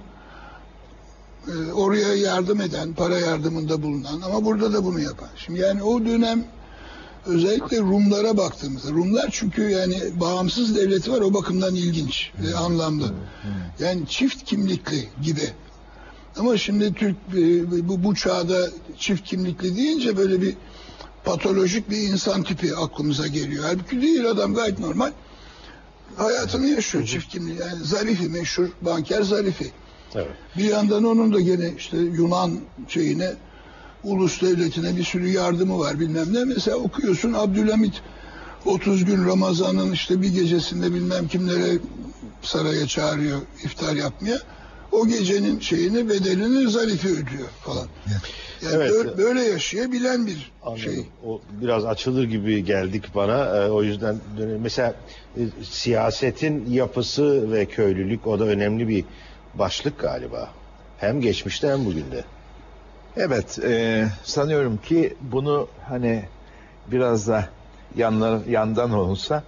Oraya yardım eden, para yardımında bulunan ama burada da bunu yapan. Şimdi yani o dönem özellikle Rumlara baktığımızda, Rumlar çünkü yani bağımsız devleti var, o bakımdan ilginç ve anlamlı. Yani çift kimlikli gibi. Ama şimdi Türk bu çağda çift kimlikli deyince böyle bir patolojik bir insan tipi aklımıza geliyor. Halbuki değil, adam gayet normal hayatını yaşıyor çift kimlikli. Yani Zarifi, meşhur banker Zarifi. Evet. Bir yandan onun da gene işte Yunan şeyine, ulus devletine bir sürü yardımı var bilmem ne. Mesela okuyorsun Abdülhamit 30 gün Ramazan'ın işte bir gecesinde bilmem kimlere saraya çağırıyor iftar yapmaya. O gecenin şeyini, bedelini Zarifi ödüyor falan. Yani Evet. böyle yaşayabilen bir Anladım. şey. O biraz açılır gibi geldik bana. O yüzden mesela siyasetin yapısı ve köylülük, o da önemli bir başlık galiba. Hem geçmişte hem bugün de. Evet, sanıyorum ki bunu hani biraz da yandan olsa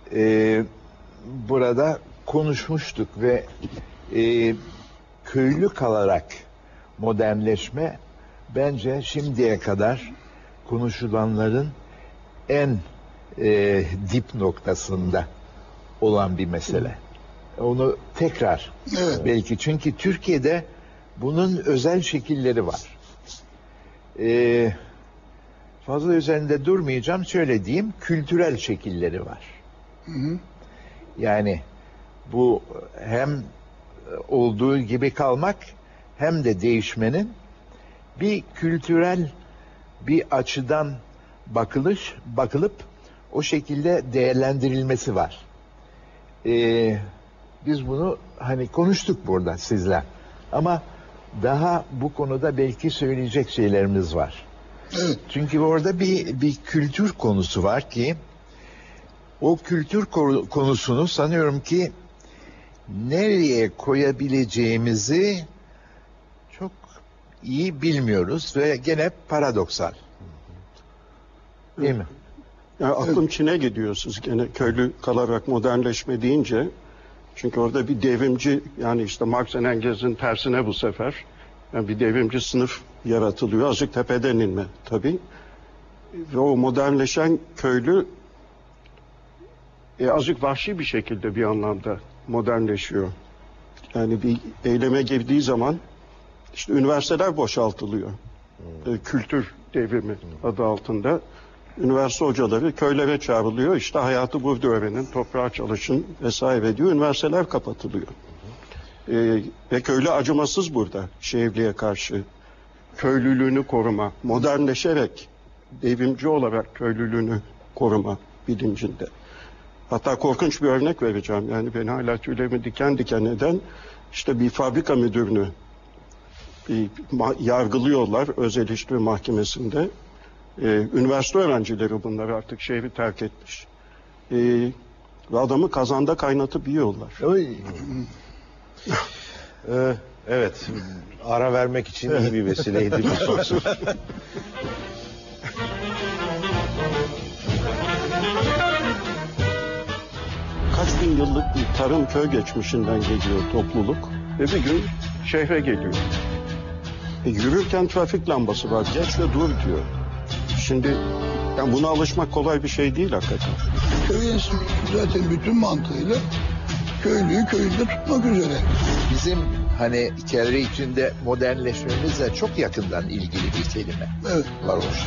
burada konuşmuştuk ve köylü kalarak modernleşme bence şimdiye kadar konuşulanların en dip noktasında olan bir mesele. Onu tekrar Evet. belki, çünkü Türkiye'de bunun özel şekilleri var. Fazla üzerinde durmayacağım, şöyle diyeyim, kültürel şekilleri var. Yani bu hem olduğu gibi kalmak hem de değişmenin bir kültürel bir açıdan bakılıp o şekilde değerlendirilmesi var. Biz bunu hani konuştuk burada sizle, ama daha bu konuda belki söyleyecek şeylerimiz var. Evet. Çünkü orada bir kültür konusu var ki o kültür konusunu sanıyorum ki nereye koyabileceğimizi çok iyi bilmiyoruz ve gene paradoksal. Değil mi? Yani aklım Çin'e gidiyor siz gene köylü kalarak modernleşme deyince. Çünkü orada bir devrimci, yani işte Marx and Engels'in tersine bu sefer yani bir devrimci sınıf yaratılıyor. Azıcık tepeden inme tabii. Ve o modernleşen köylü azıcık vahşi bir şekilde bir anlamda modernleşiyor. Yani bir eyleme girdiği zaman işte üniversiteler boşaltılıyor. Kültür devrimi adı altında. Üniversite hocaları köylere çağrılıyor. İşte hayatı burada öğrenin, toprağa çalışın vesaire diyor. Üniversiteler kapatılıyor. Ve köylü acımasız burada şehirliğe karşı. Köylülüğünü koruma, modernleşerek devrimci olarak köylülüğünü koruma bilincinde. Hatta korkunç bir örnek vereceğim. Yani beni hala tüylerimi diken diken eden, işte bir fabrika müdürünü yargılıyorlar öz eleştiri mahkemesinde. Üniversite öğrencileri bunlar, artık şehri terk etmiş. Ve adamı kazanda kaynatıp yiyorlar. Evet, ara vermek için iyi bir vesileydi bu soru. Kaç bin yıllık bir tarım köy geçmişinden geliyor topluluk ve bir gün şehre geliyor. Yürürken trafik lambası var, geç ve dur diyor. Şimdi yani buna alışmak kolay bir şey değil hakikaten. Köyün zaten bütün mantığıyla köylüyü köyünde tutmak üzere. Bizim hani çevre içinde modernleşmemizle çok yakından ilgili bir kelime. Evet. Varoş.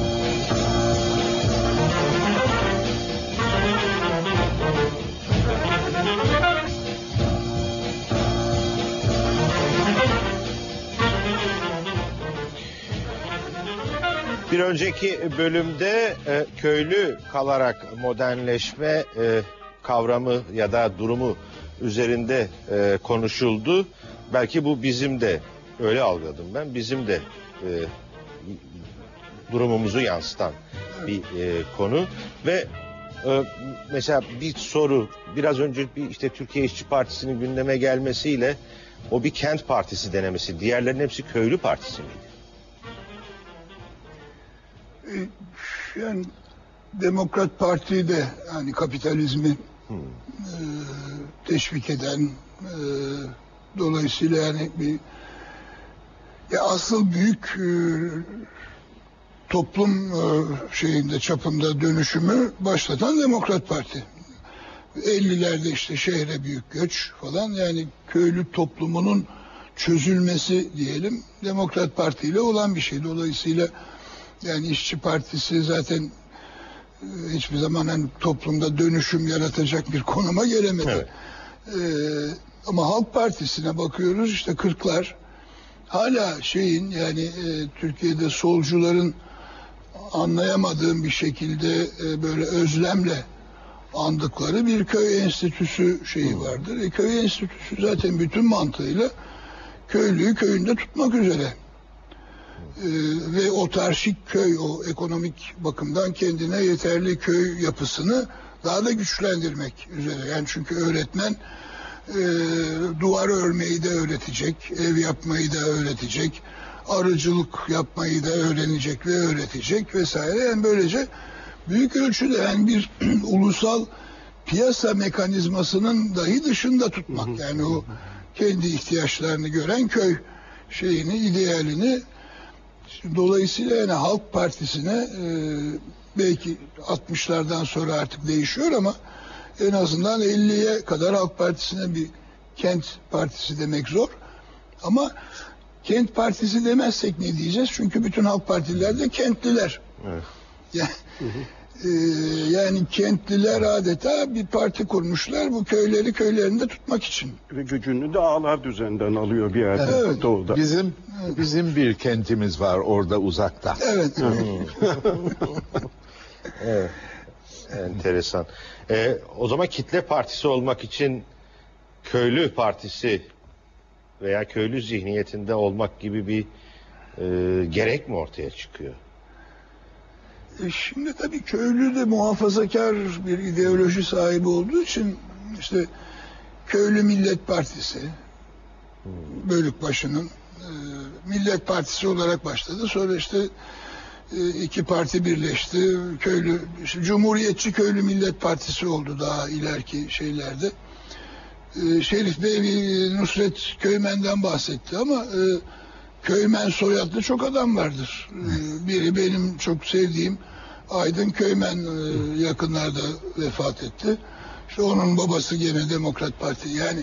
Bir önceki bölümde köylü kalarak modernleşme kavramı ya da durumu üzerinde konuşuldu. Belki bu bizim de, öyle algıladım ben, bizim de durumumuzu yansıtan bir konu. Ve mesela bir soru, biraz önce işte Türkiye İşçi Partisi'nin gündeme gelmesiyle o bir kent partisi denemesi, diğerlerinin hepsi köylü partisi miydi? Yani Demokrat Parti de yani kapitalizmi teşvik eden, dolayısıyla yani asıl büyük toplum çapında dönüşümü başlatan Demokrat Parti. 50'lerde işte şehre büyük göç falan, yani köylü toplumunun çözülmesi diyelim Demokrat Parti ile olan bir şey. Dolayısıyla yani İşçi Partisi zaten hiçbir zaman hani toplumda dönüşüm yaratacak bir konuma gelemedi. Evet. Ama Halk Partisi'ne bakıyoruz, işte 40'lar hala Türkiye'de solcuların anlayamadığım bir şekilde böyle özlemle andıkları bir köy enstitüsü vardır. Köy enstitüsü zaten bütün mantığıyla köylüyü köyünde tutmak üzere. Ve otarşik köy, o ekonomik bakımdan kendine yeterli köy yapısını daha da güçlendirmek üzere. Yani çünkü öğretmen duvar örmeyi de öğretecek, ev yapmayı da öğretecek, arıcılık yapmayı da öğrenecek ve öğretecek vesaire. Yani böylece büyük ölçüde yani bir ulusal piyasa mekanizmasının dahi dışında tutmak. Yani o kendi ihtiyaçlarını gören köy idealini. Dolayısıyla yani Halk Partisi'ne belki 60'lardan sonra artık değişiyor ama en azından 50'ye kadar Halk Partisi'ne bir kent partisi demek zor. Ama kent partisi demezsek ne diyeceğiz? Çünkü bütün halk partiler de kentliler. Evet. Yani kentliler adeta bir parti kurmuşlar bu köyleri köylerinde tutmak için. Ve gücünü de ağlar düzeninden alıyor bir yerde. Evet. Doğuda. Bizim bir kentimiz var orada uzakta. Evet. Evet. Enteresan. O zaman kitle partisi olmak için köylü partisi veya köylü zihniyetinde olmak gibi bir gerek mi ortaya çıkıyor? Şimdi tabii köylü de muhafazakar bir ideoloji sahibi olduğu için işte Köylü Millet Partisi Bölükbaşı'nın Millet Partisi olarak başladı. Sonra işte iki parti birleşti. Cumhuriyetçi Köylü Millet Partisi oldu daha ileriki şeylerde. Şerif Bey Nusret Köymen'den bahsetti ama Köymen soyadlı çok adam vardır. Biri benim çok sevdiğim Aydın Köymen yakınlarda vefat etti. İşte onun babası gene Demokrat Parti. Yani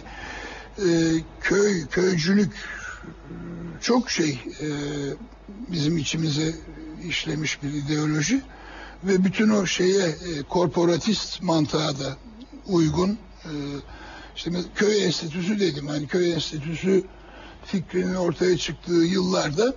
köycülük çok bizim içimize işlemiş bir ideoloji ve bütün o korporatist mantığa da uygun. İşte köy enstitüsü dedim. Hani köy enstitüsü fikrinin ortaya çıktığı yıllarda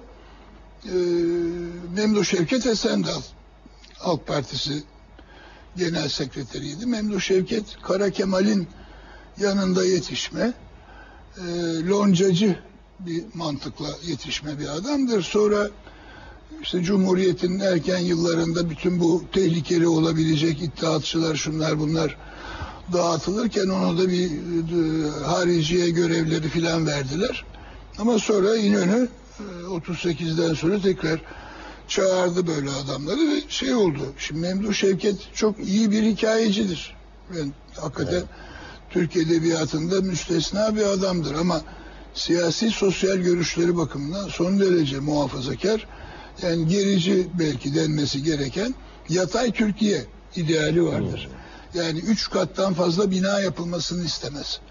Memduh Şevket Esendal Halk Partisi Genel Sekreteriydi. Memduh Şevket Kara Kemal'in yanında yetişme, loncacı bir mantıkla yetişme bir adamdır. Sonra işte Cumhuriyet'in erken yıllarında bütün bu tehlikeli olabilecek iddiatçılar şunlar bunlar dağıtılırken ona da bir hariciye görevleri filan verdiler. Ama sonra İnönü 38'den sonra tekrar çağırdı böyle adamları ve oldu. Şimdi Memduh Şevket çok iyi bir hikayecidir. Ben hakikaten Türk edebiyatında müstesna bir adamdır ama siyasi sosyal görüşleri bakımından son derece muhafazakar, yani gerici belki denmesi gereken yatay Türkiye ideali vardır. Yani 3 kattan fazla bina yapılmasını istemez.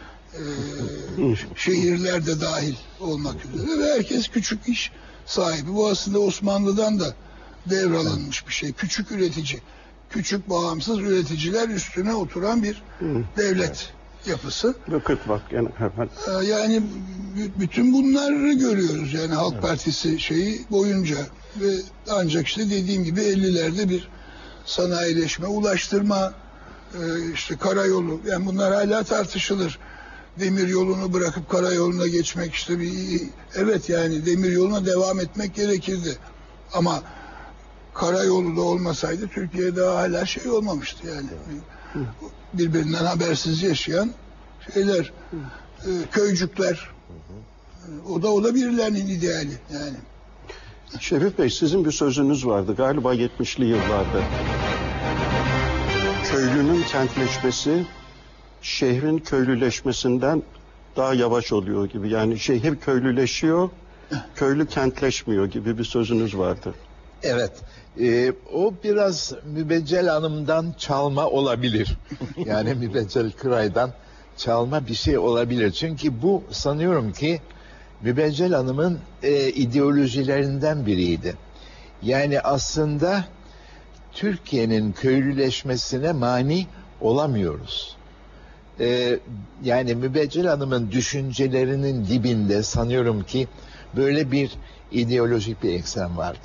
Şehirler de dahil olmak üzere ve herkes küçük iş sahibi. Bu aslında Osmanlı'dan da devralınmış bir şey. Küçük üretici, küçük bağımsız üreticiler üstüne oturan bir devlet yapısı. Yani bütün bunları görüyoruz yani Halk Partisi boyunca ve ancak işte dediğim gibi 50'lerde bir sanayileşme, ulaştırma işte karayolu, yani bunlar hala tartışılır. Demir yolunu bırakıp karayoluna geçmek, işte evet, yani demir yoluna devam etmek gerekirdi. Ama karayolu da olmasaydı Türkiye'de hala şey olmamıştı yani. Birbirinden habersiz yaşayan şeyler, köycükler. O da birilerinin ideali yani. Şerif Bey, sizin bir sözünüz vardı galiba 70'li yıllarda. Köylünün kentleşmesi şehrin köylüleşmesinden daha yavaş oluyor gibi. Yani şehir köylüleşiyor, köylü kentleşmiyor gibi bir sözünüz vardı. Evet, o biraz Mübeccel Hanım'dan çalma olabilir. Yani Mübeccel Kıray'dan çalma bir şey olabilir. Çünkü bu sanıyorum ki Mübeccel Hanım'ın ideolojilerinden biriydi. Yani aslında Türkiye'nin köylüleşmesine mani olamıyoruz. Yani Mübeccel Hanım'ın düşüncelerinin dibinde sanıyorum ki böyle bir ideolojik bir eksen vardı.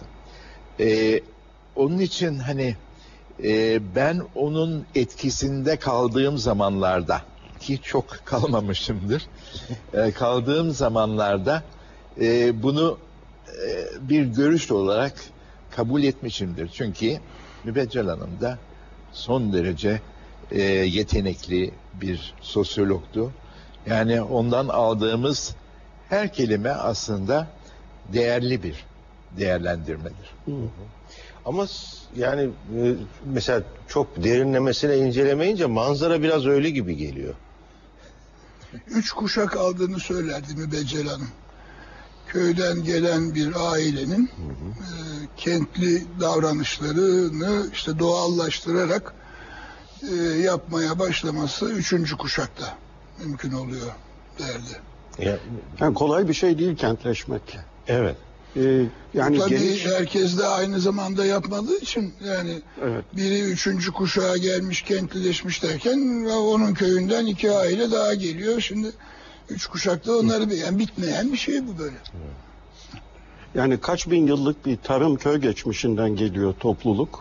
Onun için hani ben onun etkisinde kaldığım zamanlarda, ki çok kalmamışımdır, kaldığım zamanlarda bunu bir görüş olarak kabul etmişimdir. Çünkü Mübeccel Hanım da son derece yetenekli bir sosyologtu. Yani ondan aldığımız her kelime aslında değerli bir değerlendirmedir. Ama yani mesela çok derinlemesine incelemeyince manzara biraz öyle gibi geliyor. 3 kuşak aldığını söylerdi Mübeccel Hanım. Köyden gelen bir ailenin kentli davranışlarını işte doğallaştırarak yapmaya başlaması 3. kuşakta mümkün oluyor derdi. Yani kolay bir şey değil kentleşmek. Evet. Yani tabii herkes de aynı zamanda yapmadığı için yani evet. Biri 3. kuşağa gelmiş, kentlileşmiş derken onun köyünden 2 aile daha geliyor. Şimdi 3 kuşakta onları yani bitmeyen bir şey bu böyle. Yani kaç bin yıllık bir tarım köy geçmişinden geliyor topluluk.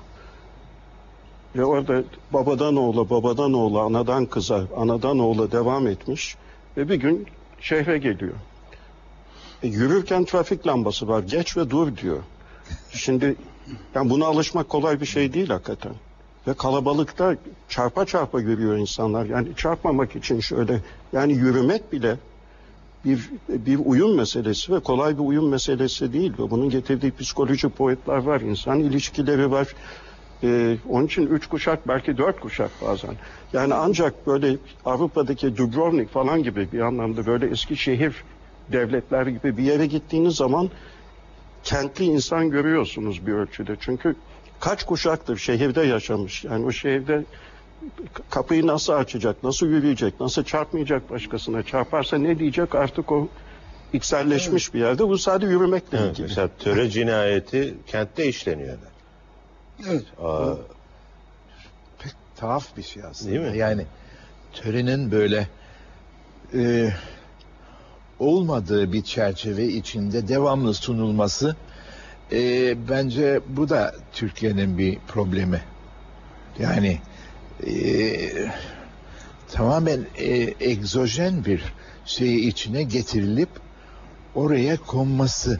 Ve orada babadan oğula, anadan kıza, anadan oğula devam etmiş. Ve bir gün şehre geliyor. Yürürken trafik lambası var. Geç ve dur diyor. Şimdi yani buna alışmak kolay bir şey değil hakikaten. Ve kalabalıkta çarpa çarpa yürüyor insanlar. Yani çarpmamak için şöyle yani yürümek bile bir uyum meselesi ve kolay bir uyum meselesi değil. Ve bunun getirdiği psikolojik boyutlar var. İnsan ilişkileri var. Onun için 3 kuşak belki 4 kuşak bazen. Yani ancak böyle Avrupa'daki Dubrovnik falan gibi bir anlamda böyle eski şehir devletler gibi bir yere gittiğiniz zaman kentli insan görüyorsunuz bir ölçüde. Çünkü kaç kuşaktır şehirde yaşamış. Yani o şehirde kapıyı nasıl açacak, nasıl yürüyecek, nasıl çarpmayacak başkasına. Çarparsa ne diyecek artık o içselleşmiş bir yerde. Bu sadece yürümekle ilgili. Mesela töre cinayeti kentte işleniyor. Evet. Pek tuhaf bir şey aslında. Değil mi? Yani törenin böyle olmadığı bir çerçeve içinde devamlı sunulması bence bu da Türkiye'nin bir problemi. Yani tamamen egzojen bir şeyi içine getirilip oraya konması.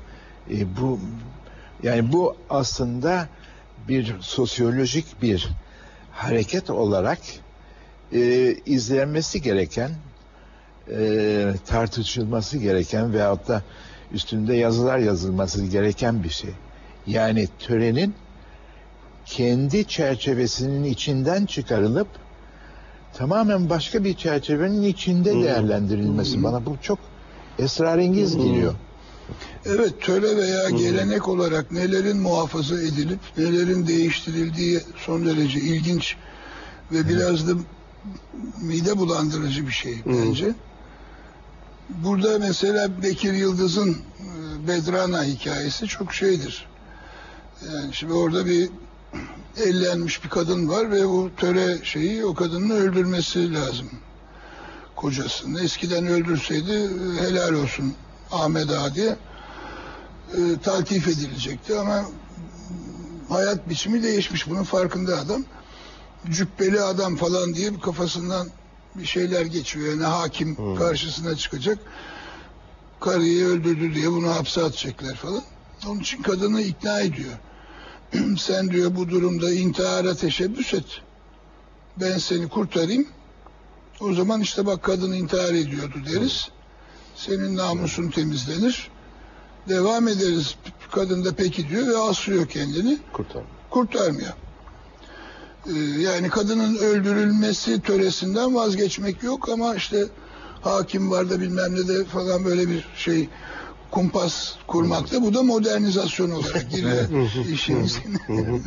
Bu aslında bir sosyolojik bir hareket olarak izlenmesi gereken, tartışılması gereken veyahut da üstünde yazılar yazılması gereken bir şey. Yani törenin kendi çerçevesinin içinden çıkarılıp tamamen başka bir çerçevenin içinde değerlendirilmesi bana bu çok esrarengiz geliyor. Evet, töre veya gelenek olarak nelerin muhafaza edilip nelerin değiştirildiği son derece ilginç ve biraz da mide bulandırıcı bir şey bence. Burada mesela Bekir Yıldız'ın Bedrana hikayesi çok şeydir. Yani şimdi orada bir ellenmiş bir kadın var ve o töre şeyi o kadını öldürmesi lazım. Kocasını. Eskiden öldürseydi helal olsun Ahmet Ağa diye taltif edilecekti ama hayat biçimi değişmiş. Bunun farkında adam. cübbeli adam falan diye kafasından bir şeyler geçiyor. Yani hakim karşısına çıkacak. Karıyı öldürdü diye bunu hapse atacaklar falan. Onun için kadını ikna ediyor. Sen diyor bu durumda intihara teşebbüs et. Ben seni kurtarayım. O zaman işte bak kadın intihar ediyordu deriz. Senin namusun temizlenir. Devam ederiz. Kadın da peki diyor ve asıyor kendini. Kurtarmıyor. Yani kadının öldürülmesi töresinden vazgeçmek yok ama işte hakim var da bilmem ne de falan böyle bir şey kumpas kurmakta. Bu da modernizasyon olarak giriyor işin içine.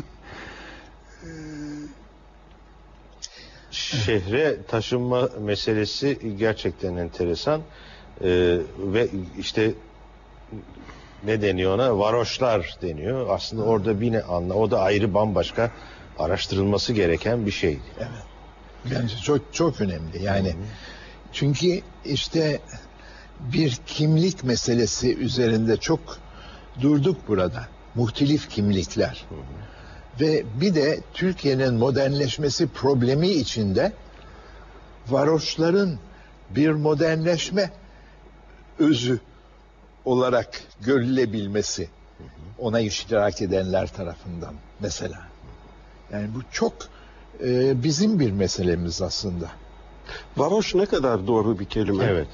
Şehre taşınma meselesi gerçekten enteresan. Ve işte ne deniyor ona? Varoşlar deniyor. Aslında orada bir o da ayrı bambaşka araştırılması gereken bir şey. Evet. Bence çok çok önemli. Yani çünkü işte bir kimlik meselesi üzerinde çok durduk burada. Muhtelif kimlikler. Ve bir de Türkiye'nin modernleşmesi problemi içinde varoşların bir modernleşme özü olarak görülebilmesi, ona iştirak edenler tarafından mesela. Yani bu çok bizim bir meselemiz aslında. Varoş ne kadar doğru bir kelime. Evet.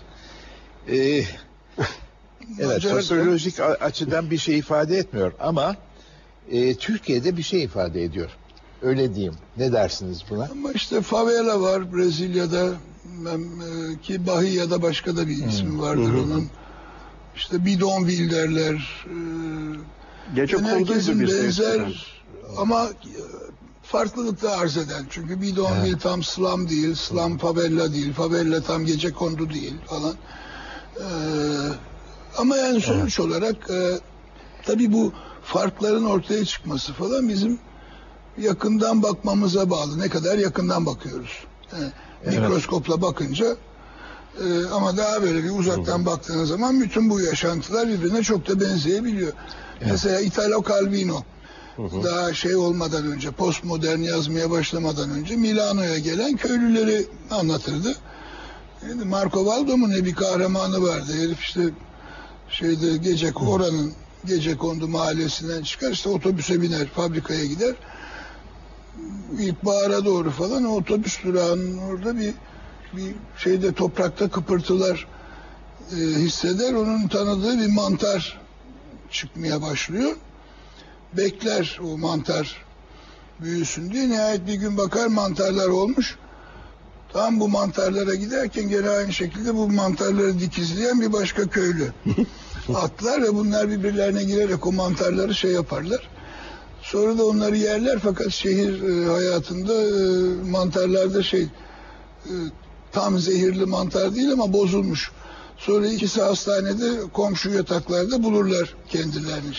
Evet, sosyolojik açıdan bir şey ifade etmiyor ama Türkiye'de bir şey ifade ediyor. Öyle diyeyim. Ne dersiniz buna? Ama işte favela var Brezilya'da, ki Bahia'da başka da bir ismi vardır onun. İşte Bidonville derler. Gece herkesin benzer ama farklılık da arz eden. Çünkü Bidonville tam slum değil, slum favela değil, favela tam gecekondu değil falan. Ama yani sonuç olarak tabii bu farkların ortaya çıkması falan bizim yakından bakmamıza bağlı. Ne kadar yakından bakıyoruz. Yani mikroskopla bakınca ama daha böyle bir uzaktan baktığınız zaman bütün bu yaşantılar birbirine çok da benzeyebiliyor. Mesela Italo Calvino daha şey olmadan önce, postmodern yazmaya başlamadan önce Milano'ya gelen köylüleri anlatırdı. Yani Marco Valdo mu ne bir kahramanı vardı. Herif işte oranın Gecekondu mahallesinden çıkar, işte otobüse biner, fabrikaya gider. İlkbahara doğru falan otobüs durağının orada bir şeyde toprakta kıpırtılar hisseder. Onun tanıdığı bir mantar çıkmaya başlıyor. Bekler o mantar büyüsün diye. Nihayet bir gün bakar mantarlar olmuş. Tam bu mantarlara giderken gene aynı şekilde bu mantarları dikizleyen bir başka köylü atlar ve bunlar birbirlerine girerek o mantarları şey yaparlar. Sonra da onları yerler fakat şehir hayatında mantarlarda tam zehirli mantar değil ama bozulmuş. Sonra ikisi hastanede komşu yataklarda bulurlar kendilerini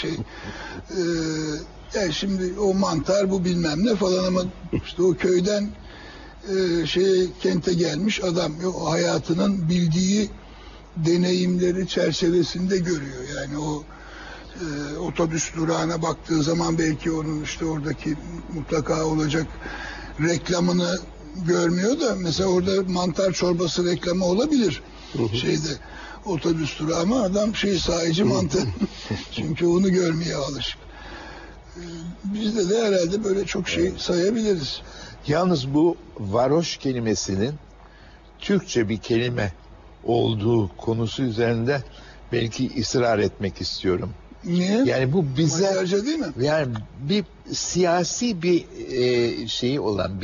yani şimdi o mantar bu bilmem ne falan ama işte o köyden kente gelmiş adam o hayatının bildiği deneyimleri çerçevesinde görüyor. Yani o otobüs durağına baktığı zaman belki onun işte oradaki mutlaka olacak reklamını görmüyor da mesela orada mantar çorbası reklamı olabilir otobüs durağı ama adam sahici mantar çünkü onu görmeye alışık. Bizde de herhalde böyle çok şey sayabiliriz. Yalnız bu varoş kelimesinin Türkçe bir kelime olduğu konusu üzerinde belki ısrar etmek istiyorum. Niye? Yani bu bize Macarca değil mi? Yani bir siyasi bir şeyi olan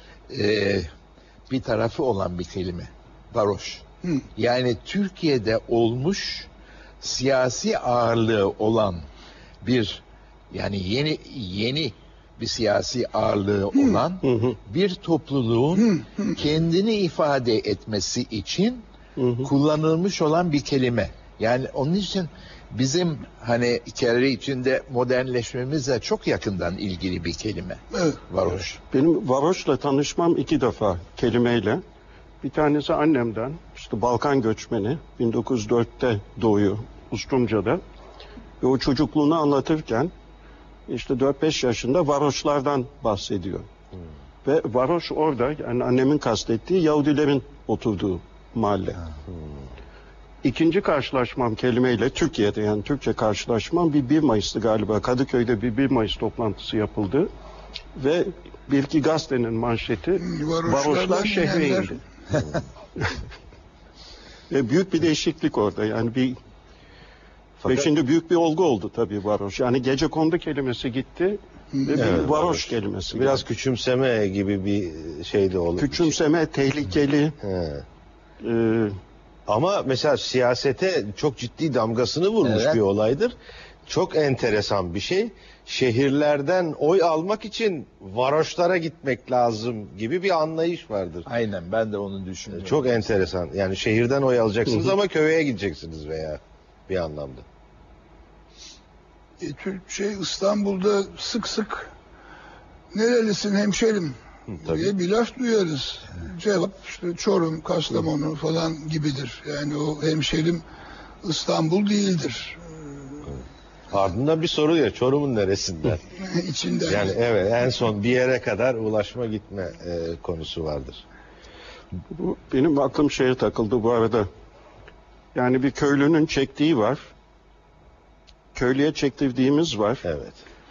bir tarafı olan bir kelime. Varoş. Yani Türkiye'de olmuş siyasi ağırlığı olan bir yani yeni bir siyasi ağırlığı olan bir topluluğun kendini ifade etmesi için kullanılmış olan bir kelime. Yani onun için bizim hani kendi içinde modernleşmemizle çok yakından ilgili bir kelime. Evet. Varoş. Benim varoşla tanışmam 2 defa kelimeyle. Bir tanesi annemden, işte Balkan göçmeni, 1904'te doğuyor Ustumca'da. Ve o çocukluğunu anlatırken işte 4-5 yaşında varoşlardan bahsediyor. Ve varoş orada, yani annemin kastettiği Yahudilerin oturduğu mahalle. İkinci karşılaşmam kelimeyle Türkiye'de, yani Türkçe karşılaşmam bir 1 Mayıs'tı galiba. Kadıköy'de bir 1 Mayıs toplantısı yapıldı. Ve bir iki gazetenin manşeti varoşlar şehre indi. Ve büyük bir değişiklik orada. Yani ve şimdi büyük bir olgu oldu tabii varoş. Yani gecekondu kelimesi gitti ve bir varoş kelimesi. Biraz küçümseme gibi bir şey de oldu. Küçümseme, tehlikeli. Ama mesela siyasete çok ciddi damgasını vurmuş bir olaydır. Çok enteresan bir şey. Şehirlerden oy almak için varoşlara gitmek lazım gibi bir anlayış vardır. Aynen, ben de onu düşünüyorum. Çok enteresan. Yani şehirden oy alacaksınız ama köye gideceksiniz veya bir anlamda. İstanbul'da sık sık nerelisin hemşerim diye bir laf duyarız. Cevap işte Çorum, Kastamonu falan gibidir. Yani o hemşerim İstanbul değildir. Ardından bir soru ya, Çorum'un neresinden? İçinden. Yani evet, en son bir yere kadar ulaşma gitme konusu vardır. Benim aklım şeye takıldı bu arada. Yani bir köylünün çektiği var. Köylüye çektirdiğimiz var. Evet.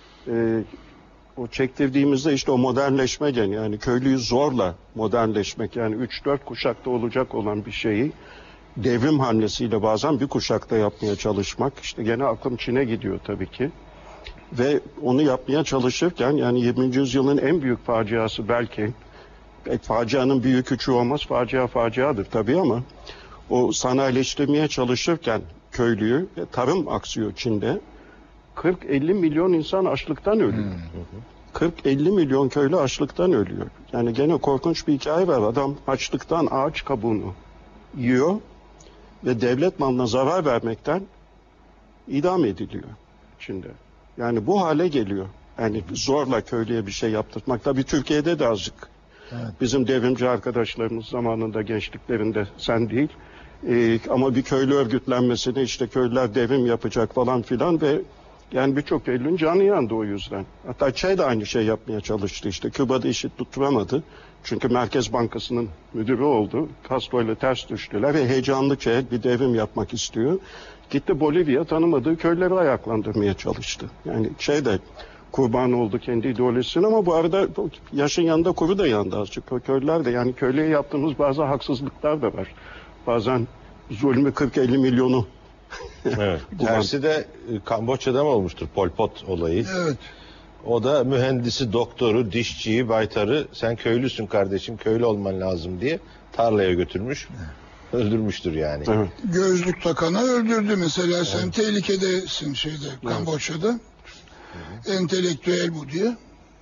O çektirdiğimizde işte o modernleşme, yani köylüyü zorla modernleşmek, yani 3-4 kuşakta olacak olan bir şeyi devrim hamlesiyle bazen bir kuşakta yapmaya çalışmak. İşte gene aklım Çin'e gidiyor tabii ki. Ve onu yapmaya çalışırken, yani 20. yüzyılın en büyük faciası belki, facianın büyüğü küçüğü olmaz, faciadır tabii, ama o sanayileştirmeye çalışırken köylüyü, tarım aksıyor Çin'de. 40-50 milyon insan açlıktan ölüyor. 40-50 milyon köylü açlıktan ölüyor. Yani gene korkunç bir hikaye var. Adam açlıktan ağaç kabuğunu yiyor ve devlet malına zarar vermekten idam ediliyor Çin'de. Yani bu hale geliyor. Yani zorla köylüye bir şey yaptırmak. Tabii Türkiye'de de azıcık. Evet. Bizim devrimci arkadaşlarımız zamanında, gençliklerinde, sen değil. Ama bir köylü örgütlenmesine, işte köylüler devrim yapacak falan filan ve yani birçok köylünün canı yandı o yüzden. Hatta Che de aynı şey yapmaya çalıştı. İşte Küba'da işi tutturamadı. Çünkü Merkez Bankası'nın müdürü oldu. Castro ile ters düştüler ve heyecanlı Che bir devrim yapmak istiyor. Gitti Bolivya, tanımadığı köyleri ayaklandırmaya çalıştı. Yani Che de kurban oldu kendi ideolojisine, ama bu arada yaşın yanında kuru da yandı azıcık. Köylüler de, yani köylüye yaptığımız bazı haksızlıklar da var. Bazen zulmü 40-50 milyonu. Evet. Tersi de Kamboçya'da mı olmuştur Pol Pot olayı? Evet. O da mühendisi, doktoru, dişçiyi, baytarı, sen köylüsün kardeşim, köylü olman lazım diye tarlaya götürmüş. Öldürmüştür yani. Evet. Gözlük takana öldürdü mesela. Sen tehlikedesin Kamboçya'da. Entelektüel bu diye.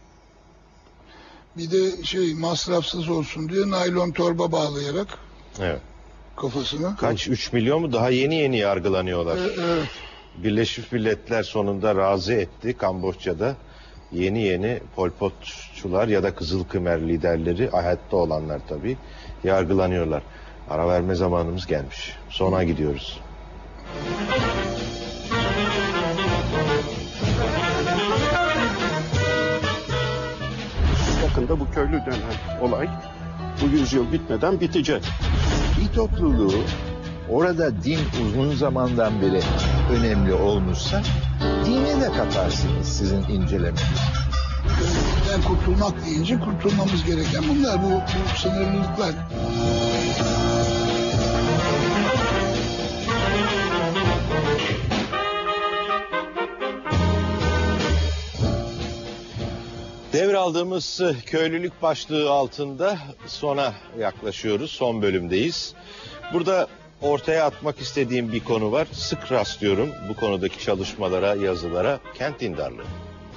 Bir de masrafsız olsun diye naylon torba bağlayarak kafasına. Kaç? 3 milyon mu? Daha yeni yargılanıyorlar. Evet. Birleşmiş Milletler sonunda razı etti Kamboçya'da. Yeni Pol Potçular ya da Kızıl Kımer liderleri, hayatta olanlar tabii, yargılanıyorlar. Ara verme zamanımız gelmiş. Sona gidiyoruz. Yakında bu köylü denen olay bu yüzyıl bitmeden bitecek. Bir topluluğu, orada din uzun zamandan beri önemli olmuşsa dine de katarsınız sizin incelemeniz. Köylüden kurtulmak deyince kurtulmamız gereken bunlar, bu sınırlılıklar. Devraldığımız köylülük başlığı altında sona yaklaşıyoruz. Son bölümdeyiz. Burada ortaya atmak istediğim bir konu var. Sık rastlıyorum bu konudaki çalışmalara, yazılara. Kent dindarlığı.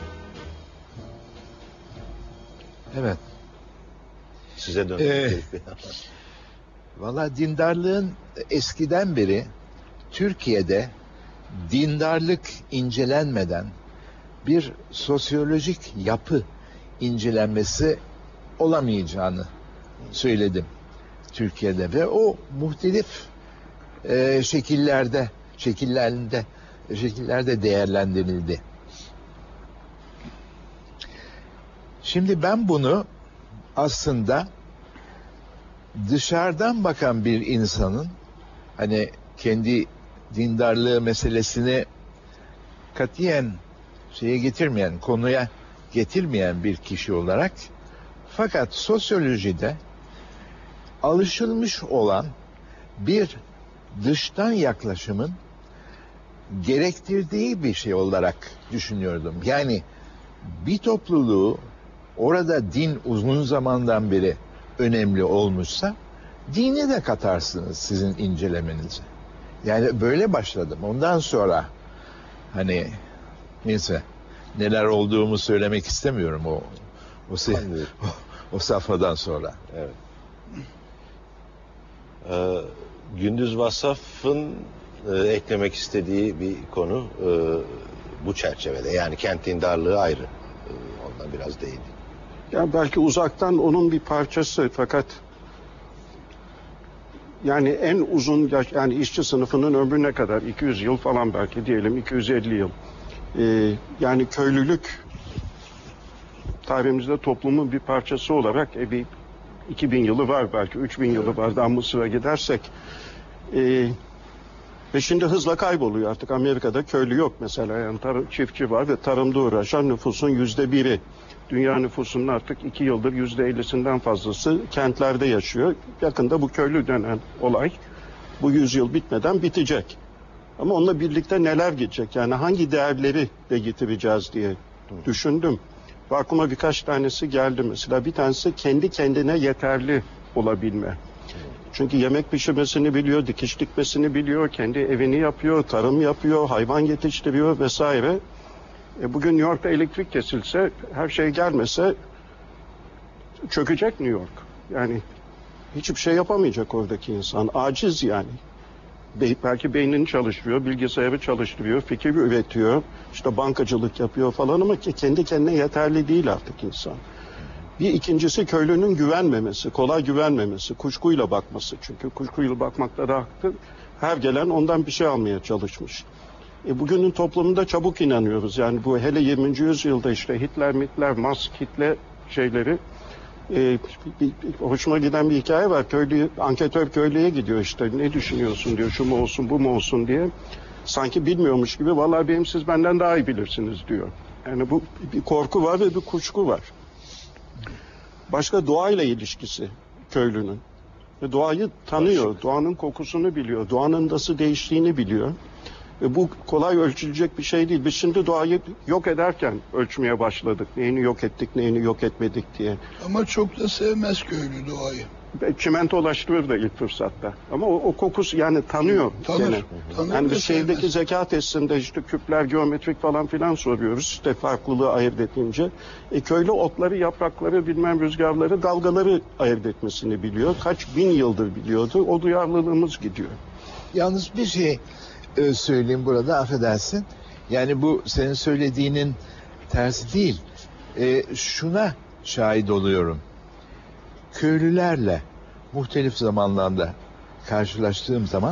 Evet. Size döndüm. Valla dindarlığın eskiden beri Türkiye'de dindarlık incelenmeden bir sosyolojik yapı incelenmesi olamayacağını söyledim Türkiye'de ve o muhtelif şekillerde değerlendirildi. Şimdi ben bunu aslında dışarıdan bakan bir insanın, hani kendi dindarlığı meselesini katiyen konuya getirmeyen bir kişi olarak, fakat sosyolojide alışılmış olan bir dıştan yaklaşımın gerektirdiği bir şey olarak düşünüyordum. Yani bir topluluğu, orada din uzun zamandan beri önemli olmuşsa, dini de katarsınız sizin incelemenize. Yani böyle başladım. Ondan sonra hani neyse, neler olduğumu söylemek istemiyorum o safhadan sonra. Evet. Gündüz Vassaf'ın eklemek istediği bir konu bu çerçevede. Yani kent dindarlığı ayrı. Ondan biraz değindik. Yani belki uzaktan onun bir parçası, fakat yani en uzun yaş, yani işçi sınıfının ömrü ne kadar? 200 yıl falan, belki diyelim 250 yıl. Yani köylülük tarihimizde toplumun bir parçası olarak bir 2000 yılı var, belki 3000 yılı var, daha Mısır'a gidersek. Ve şimdi hızla kayboluyor artık. Amerika'da köylü yok mesela, yani çiftçi var ve tarımda uğraşan nüfusun %1'i. Dünya nüfusunun artık 2 yıldır %50'sinden fazlası kentlerde yaşıyor. Yakında bu köylü denen olay bu yüzyıl bitmeden bitecek. Ama onunla birlikte neler gidecek? Yani hangi değerleri de getireceğiz diye düşündüm. Ve aklıma birkaç tanesi geldi mesela. Bir tanesi kendi kendine yeterli olabilme. Çünkü yemek pişirmesini biliyor, dikiş dikmesini biliyor, kendi evini yapıyor, tarım yapıyor, hayvan yetiştiriyor vesaire. Bugün New York'ta elektrik kesilse, her şey gelmese çökecek New York. Yani hiçbir şey yapamayacak oradaki insan. Aciz yani. Belki beynini çalıştırıyor, bilgisayarı çalıştırıyor, fikir üretiyor, işte bankacılık yapıyor falan, ama kendi kendine yeterli değil artık insan. Bir ikincisi köylünün güvenmemesi, kolay güvenmemesi, kuşkuyla bakması. Çünkü kuşkuyla bakmakta da haklı. Her gelen ondan bir şey almaya çalışmış. Bugünün toplumunda çabuk inanıyoruz. Yani bu hele 20. yüzyılda işte Hitler, Musk, Hitler şeyleri. Hoşuma giden bir hikaye var. Anketör köylüye gidiyor, işte ne düşünüyorsun diyor, şu mu olsun bu mu olsun diye. Sanki bilmiyormuş gibi, vallahi benim siz benden daha iyi bilirsiniz diyor. Yani bu bir korku var ve bir kuşku var. Başka doğayla ilişkisi köylünün. Doğayı tanıyor, doğanın kokusunu biliyor, doğanın nasıl değiştiğini biliyor. Bu kolay ölçülecek bir şey değil. Biz şimdi doğayı yok ederken ölçmeye başladık. Neyini yok ettik, neyini yok etmedik diye. Ama çok da sevmez köylü doğayı. Çimentolaştırır da ilk fırsatta. Ama o kokusu, yani tanıyor. Tanır Yani da biz şehirdeki sevmez. zeka testinde işte küpler, geometrik falan filan soruyoruz. İşte farklılığı ayırt edince. Köylü otları, yaprakları, bilmem rüzgarları, dalgaları ayırt etmesini biliyor. Kaç bin yıldır biliyordu. O duyarlılığımız gidiyor. Yalnız bir şey söyleyeyim burada, affedersin. Yani bu senin söylediğinin tersi değil. Şuna şahit oluyorum. Köylülerle muhtelif zamanlarda karşılaştığım zaman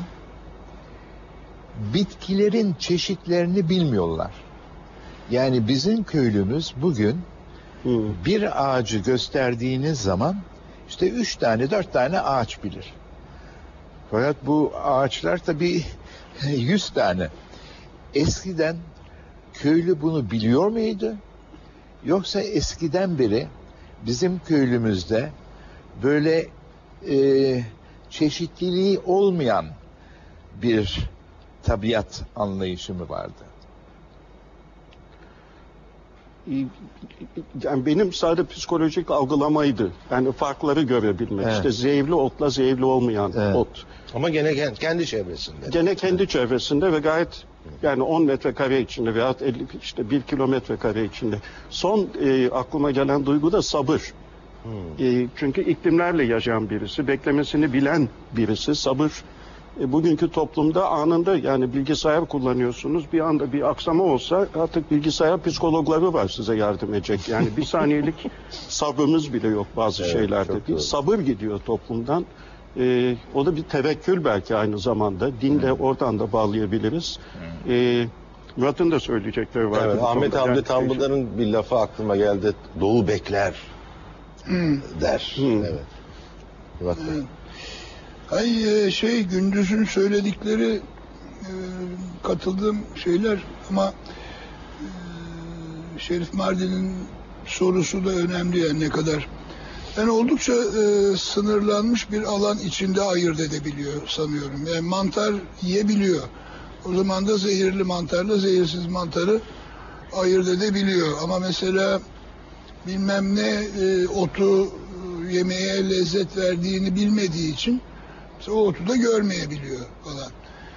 bitkilerin çeşitlerini bilmiyorlar. Yani bizim köylümüz bugün bir ağacı gösterdiğiniz zaman işte 3 tane 4 tane ağaç bilir. Fakat bu ağaçlar tabii 100 tane. Eskiden köylü bunu biliyor muydu? Yoksa eskiden beri bizim köylümüzde böyle çeşitliliği olmayan bir tabiat anlayışı mı vardı? Yani benim sadece psikolojik algılamaydı. Yani farkları görebilmek. Evet. İşte zevkli otla zevkli olmayan ot. Ama gene kendi çevresinde. Gene kendi çevresinde ve gayet, yani 10 metrekare içinde veya 50, işte 1 kilometre kare içinde. Son aklıma gelen duygu da sabır. Çünkü iklimlerle yaşayan birisi, beklemesini bilen birisi, sabır. Bugünkü toplumda anında, yani bilgisayar kullanıyorsunuz, bir anda bir aksama olsa artık bilgisayar psikologları var size yardım edecek. Yani bir saniyelik sabrımız bile yok bazı şeylerde. Bir sabır gidiyor toplumdan. O da bir tevekkül belki aynı zamanda. Din de oradan da bağlayabiliriz. Murat'ın da söyleyecekleri var. Evet, Ahmet Hamdi Tanpınar'ın bir lafı aklıma geldi. Doğu bekler. der. Evet. Murat Bey. Ay Gündüz'ün söyledikleri katıldığım şeyler ama Şerif Mardin'in sorusu da önemli, yani ne kadar. Yani oldukça sınırlanmış bir alan içinde ayırt edebiliyor sanıyorum. Yani mantar yiyebiliyor. O zaman da zehirli mantarla zehirsiz mantarı ayırt edebiliyor. Ama mesela bilmem ne otu yemeğe lezzet verdiğini bilmediği için o otu da görmeyebiliyor falan.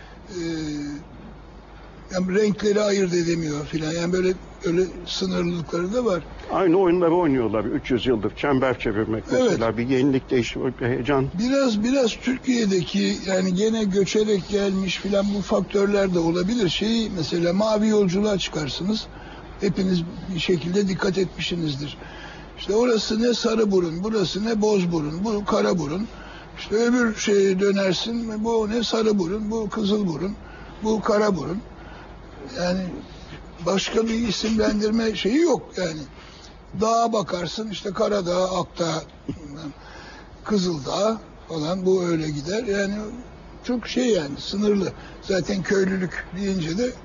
Yani renkleri ayırt edemiyor filan. Yani böyle sınırlılıkları da var. Aynı oyunları oynuyorlar 300 yıldır. Çember çevirmek mesela, bir yenilik, değişik bir heyecan. Biraz Türkiye'deki, yani gene göçerek gelmiş filan bu faktörler de olabilir. Mesela mavi yolculuğa çıkarsınız. Hepiniz bir şekilde dikkat etmişsinizdir. İşte orası ne Sarıburun, burası ne Bozburun, bu Karaburun. İşte öbür şeye dönersin, bu ne Sarıburun, bu Kızılburun, bu Karaburun. Yani başka bir isimlendirme şeyi yok yani. Dağa bakarsın, işte Karadağ, Akdağ, Kızıldağ falan, bu öyle gider. Yani çok yani sınırlı. Zaten köylülük deyince de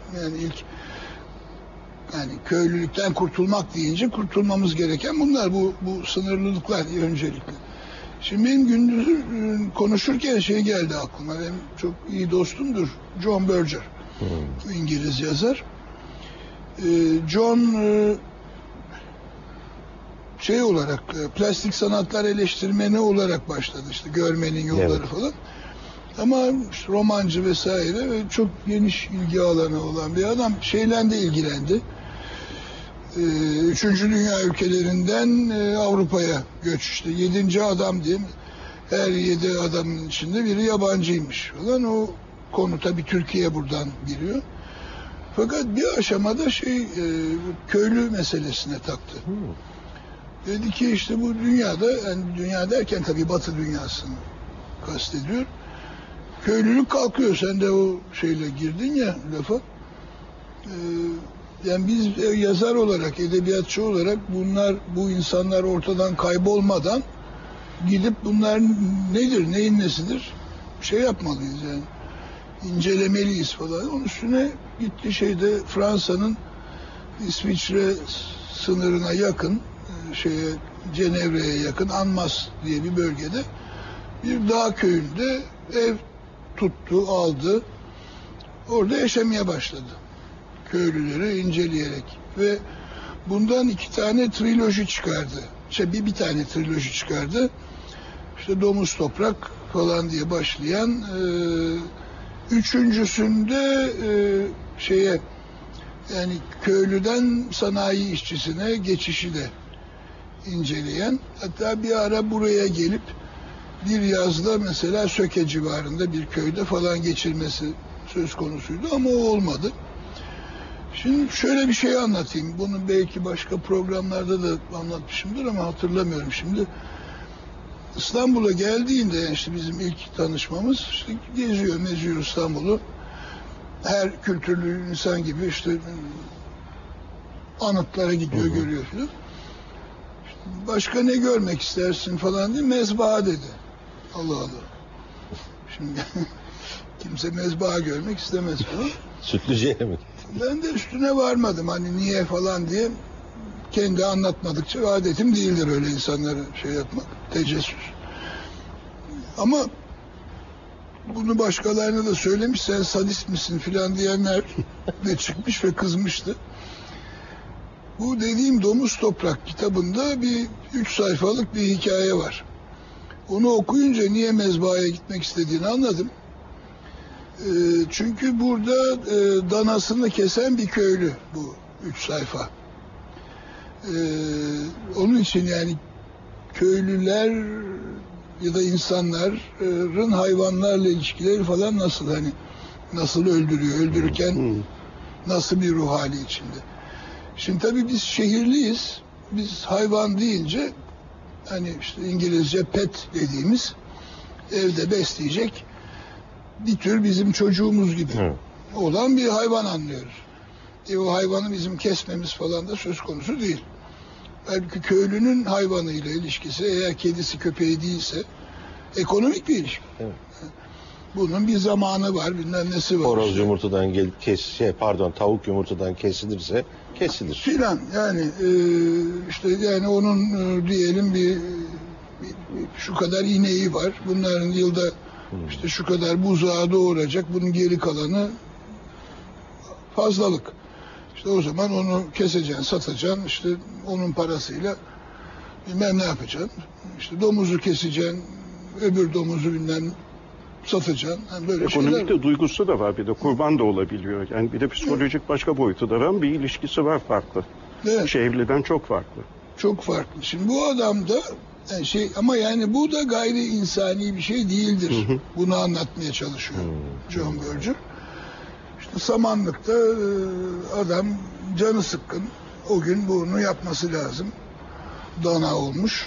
yani köylülükten kurtulmak deyince kurtulmamız gereken bunlar, bu sınırlılıklar öncelikle. Şimdi benim Gündüz'ü konuşurken geldi aklıma. Benim çok iyi dostumdur. John Berger. İngiliz yazar. John olarak plastik sanatlar eleştirmeni olarak başladı, işte görmenin yolları falan. Ama işte romancı vesaire ve çok geniş ilgi alanı olan bir adam. Şeyle de ilgilendi. Üçüncü dünya ülkelerinden Avrupa'ya göç, işte 7. adam diye, her 7 adamın içinde biri yabancıymış falan. O konu tabii Türkiye buradan giriyor. Fakat bir aşamada köylü meselesine taktı. Dedi ki işte bu dünyada, yani dünya derken tabii Batı dünyasını kastediyor. Köylülük kalkıyor. Sen de o girdin ya lafa. Yani biz yazar olarak, edebiyatçı olarak bu insanlar ortadan kaybolmadan gidip bunlar nedir, neyin nesidir yapmalıyız yani. İncelemeliyiz falan. Onun üstüne gitti Fransa'nın İsviçre sınırına yakın Cenevre'ye yakın Annemasse diye bir bölgede bir dağ köyünde ev tuttu, aldı. Orada yaşamaya başladı. Köylüleri inceleyerek ve bundan 2 tane triloji çıkardı. Bir tane triloji çıkardı. İşte Domuz Toprak falan diye başlayan, üçüncüsünde yani köylüden sanayi işçisine geçişi de inceleyen, hatta bir ara buraya gelip bir yazda mesela Söke civarında bir köyde falan geçirmesi söz konusuydu ama o olmadı. Şimdi şöyle bir şey anlatayım. Bunu belki başka programlarda da anlatmışımdır ama hatırlamıyorum şimdi. İstanbul'a geldiğinde, işte bizim ilk tanışmamız, geziyor İstanbul'u. Her kültürlü insan gibi anıtlara gidiyor, görüyor filan. Başka ne görmek istersin falan diye, mezbaha dedi. Allah Allah. Şimdi kimse mezbaha görmek istemez falan. Sütlüce'ye mi? Ben de üstüne varmadım, hani niye falan diye. Kendi anlatmadıkça adetim değildir öyle insanlara yapmak, tecessüs. Ama bunu başkalarına da söylemiş, sen sadist misin filan diyenler de çıkmış ve kızmıştı. Bu dediğim Domuz Toprak kitabında bir 3 sayfalık bir hikaye var. Onu okuyunca niye mezbahaya gitmek istediğini anladım. Çünkü burada danasını kesen bir köylü bu 3 sayfa. Onun için yani köylüler ya da insanların hayvanlarla ilişkileri falan nasıl öldürüyor, öldürürken nasıl bir ruh hali içinde. Şimdi tabii biz şehirliyiz, biz hayvan deyince hani İngilizce pet dediğimiz, evde besleyecek bir tür bizim çocuğumuz gibi olan bir hayvan anlıyoruz. O hayvanı bizim kesmemiz falan da söz konusu değil. Belki köylünün hayvanıyla ilişkisi, eğer kedisi köpeği değilse, ekonomik bir ilişki. Evet. Bunun bir zamanı var, bilmem nesi var. Horoz yumurtadan tavuk yumurtadan kesilirse kesilir. Filan yani işte yani onun diyelim bir şu kadar ineği var. Bunların yılda işte şu kadar buzağı doğuracak. Bunun geri kalanı fazlalık. İşte o zaman onu keseceksin, satacaksın. İşte onun parasıyla bilmem ne yapacaksın. İşte domuzu keseceksin, öbür domuzu bilmem satacaksın. Yani böyle Ekonomik şeyler. de duygusu da var, bir de kurban da olabiliyor. Yani bir de psikolojik başka boyutu da var, bir ilişkisi var farklı. Evet. Şehirliden çok farklı. Çok farklı. Şimdi bu adam da yani ama yani bu da gayri insani bir şey değildir. Bunu anlatmaya çalışıyor John Berger. İşte samanlıkta adam canı sıkkın. O gün bunu yapması lazım. Dana olmuş.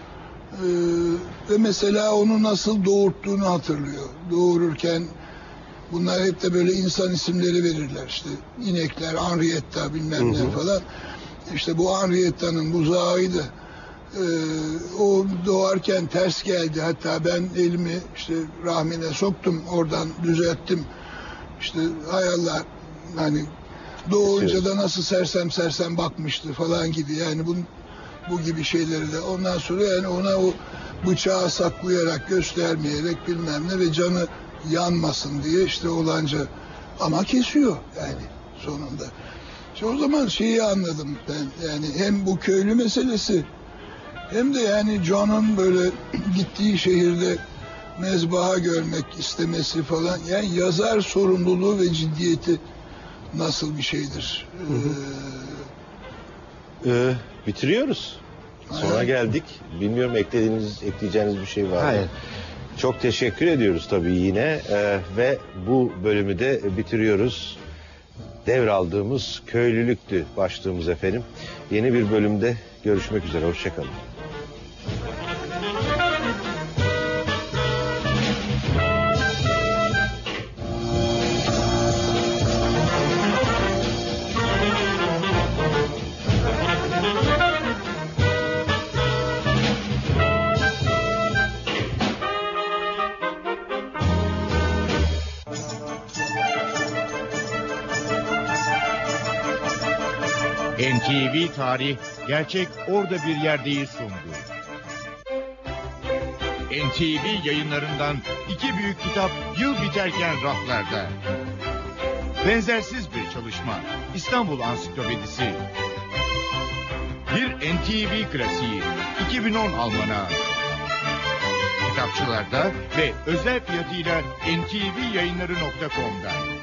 Ve mesela onu nasıl doğurttuğunu hatırlıyor. Doğururken bunlar hep de böyle insan isimleri verirler. İşte inekler, Henrietta bilmem ne falan. İşte bu Henrietta'nın buzağıydı. O doğarken ters geldi. Hatta ben elimi işte rahmine soktum. Oradan düzelttim. İşte hay Allah hani doğunca da nasıl sersem bakmıştı falan gibi. Yani bu gibi şeyleri de. Ondan sonra yani ona o bıçağı saklayarak, göstermeyerek bilmem ne ve canı yanmasın diye işte olanca ama kesiyor yani sonunda. İşte o zaman şeyi anladım ben, yani hem bu köylü meselesi hem de yani John'un böyle gittiği şehirde mezbaha görmek istemesi falan, yani yazar sorumluluğu ve ciddiyeti nasıl bir şeydir. Bitiriyoruz. Sona Aynen. geldik. Bilmiyorum ekleyeceğiniz bir şey var mı? Hayır. Çok teşekkür ediyoruz tabii yine ve bu bölümü de bitiriyoruz. Devraldığımız köylülüktü başlığımız efendim. Yeni bir bölümde görüşmek üzere. Hoşçakalın. NTV Tarih Gerçek Orada Bir Yerdeyi sundu. NTV yayınlarından 2 büyük kitap yıl biterken raflarda. Benzersiz bir çalışma İstanbul Ansiklopedisi. Bir NTV klasiği 2010 Almanağı. Kitapçılarda ve özel fiyatıyla ntvyayınları.com'da.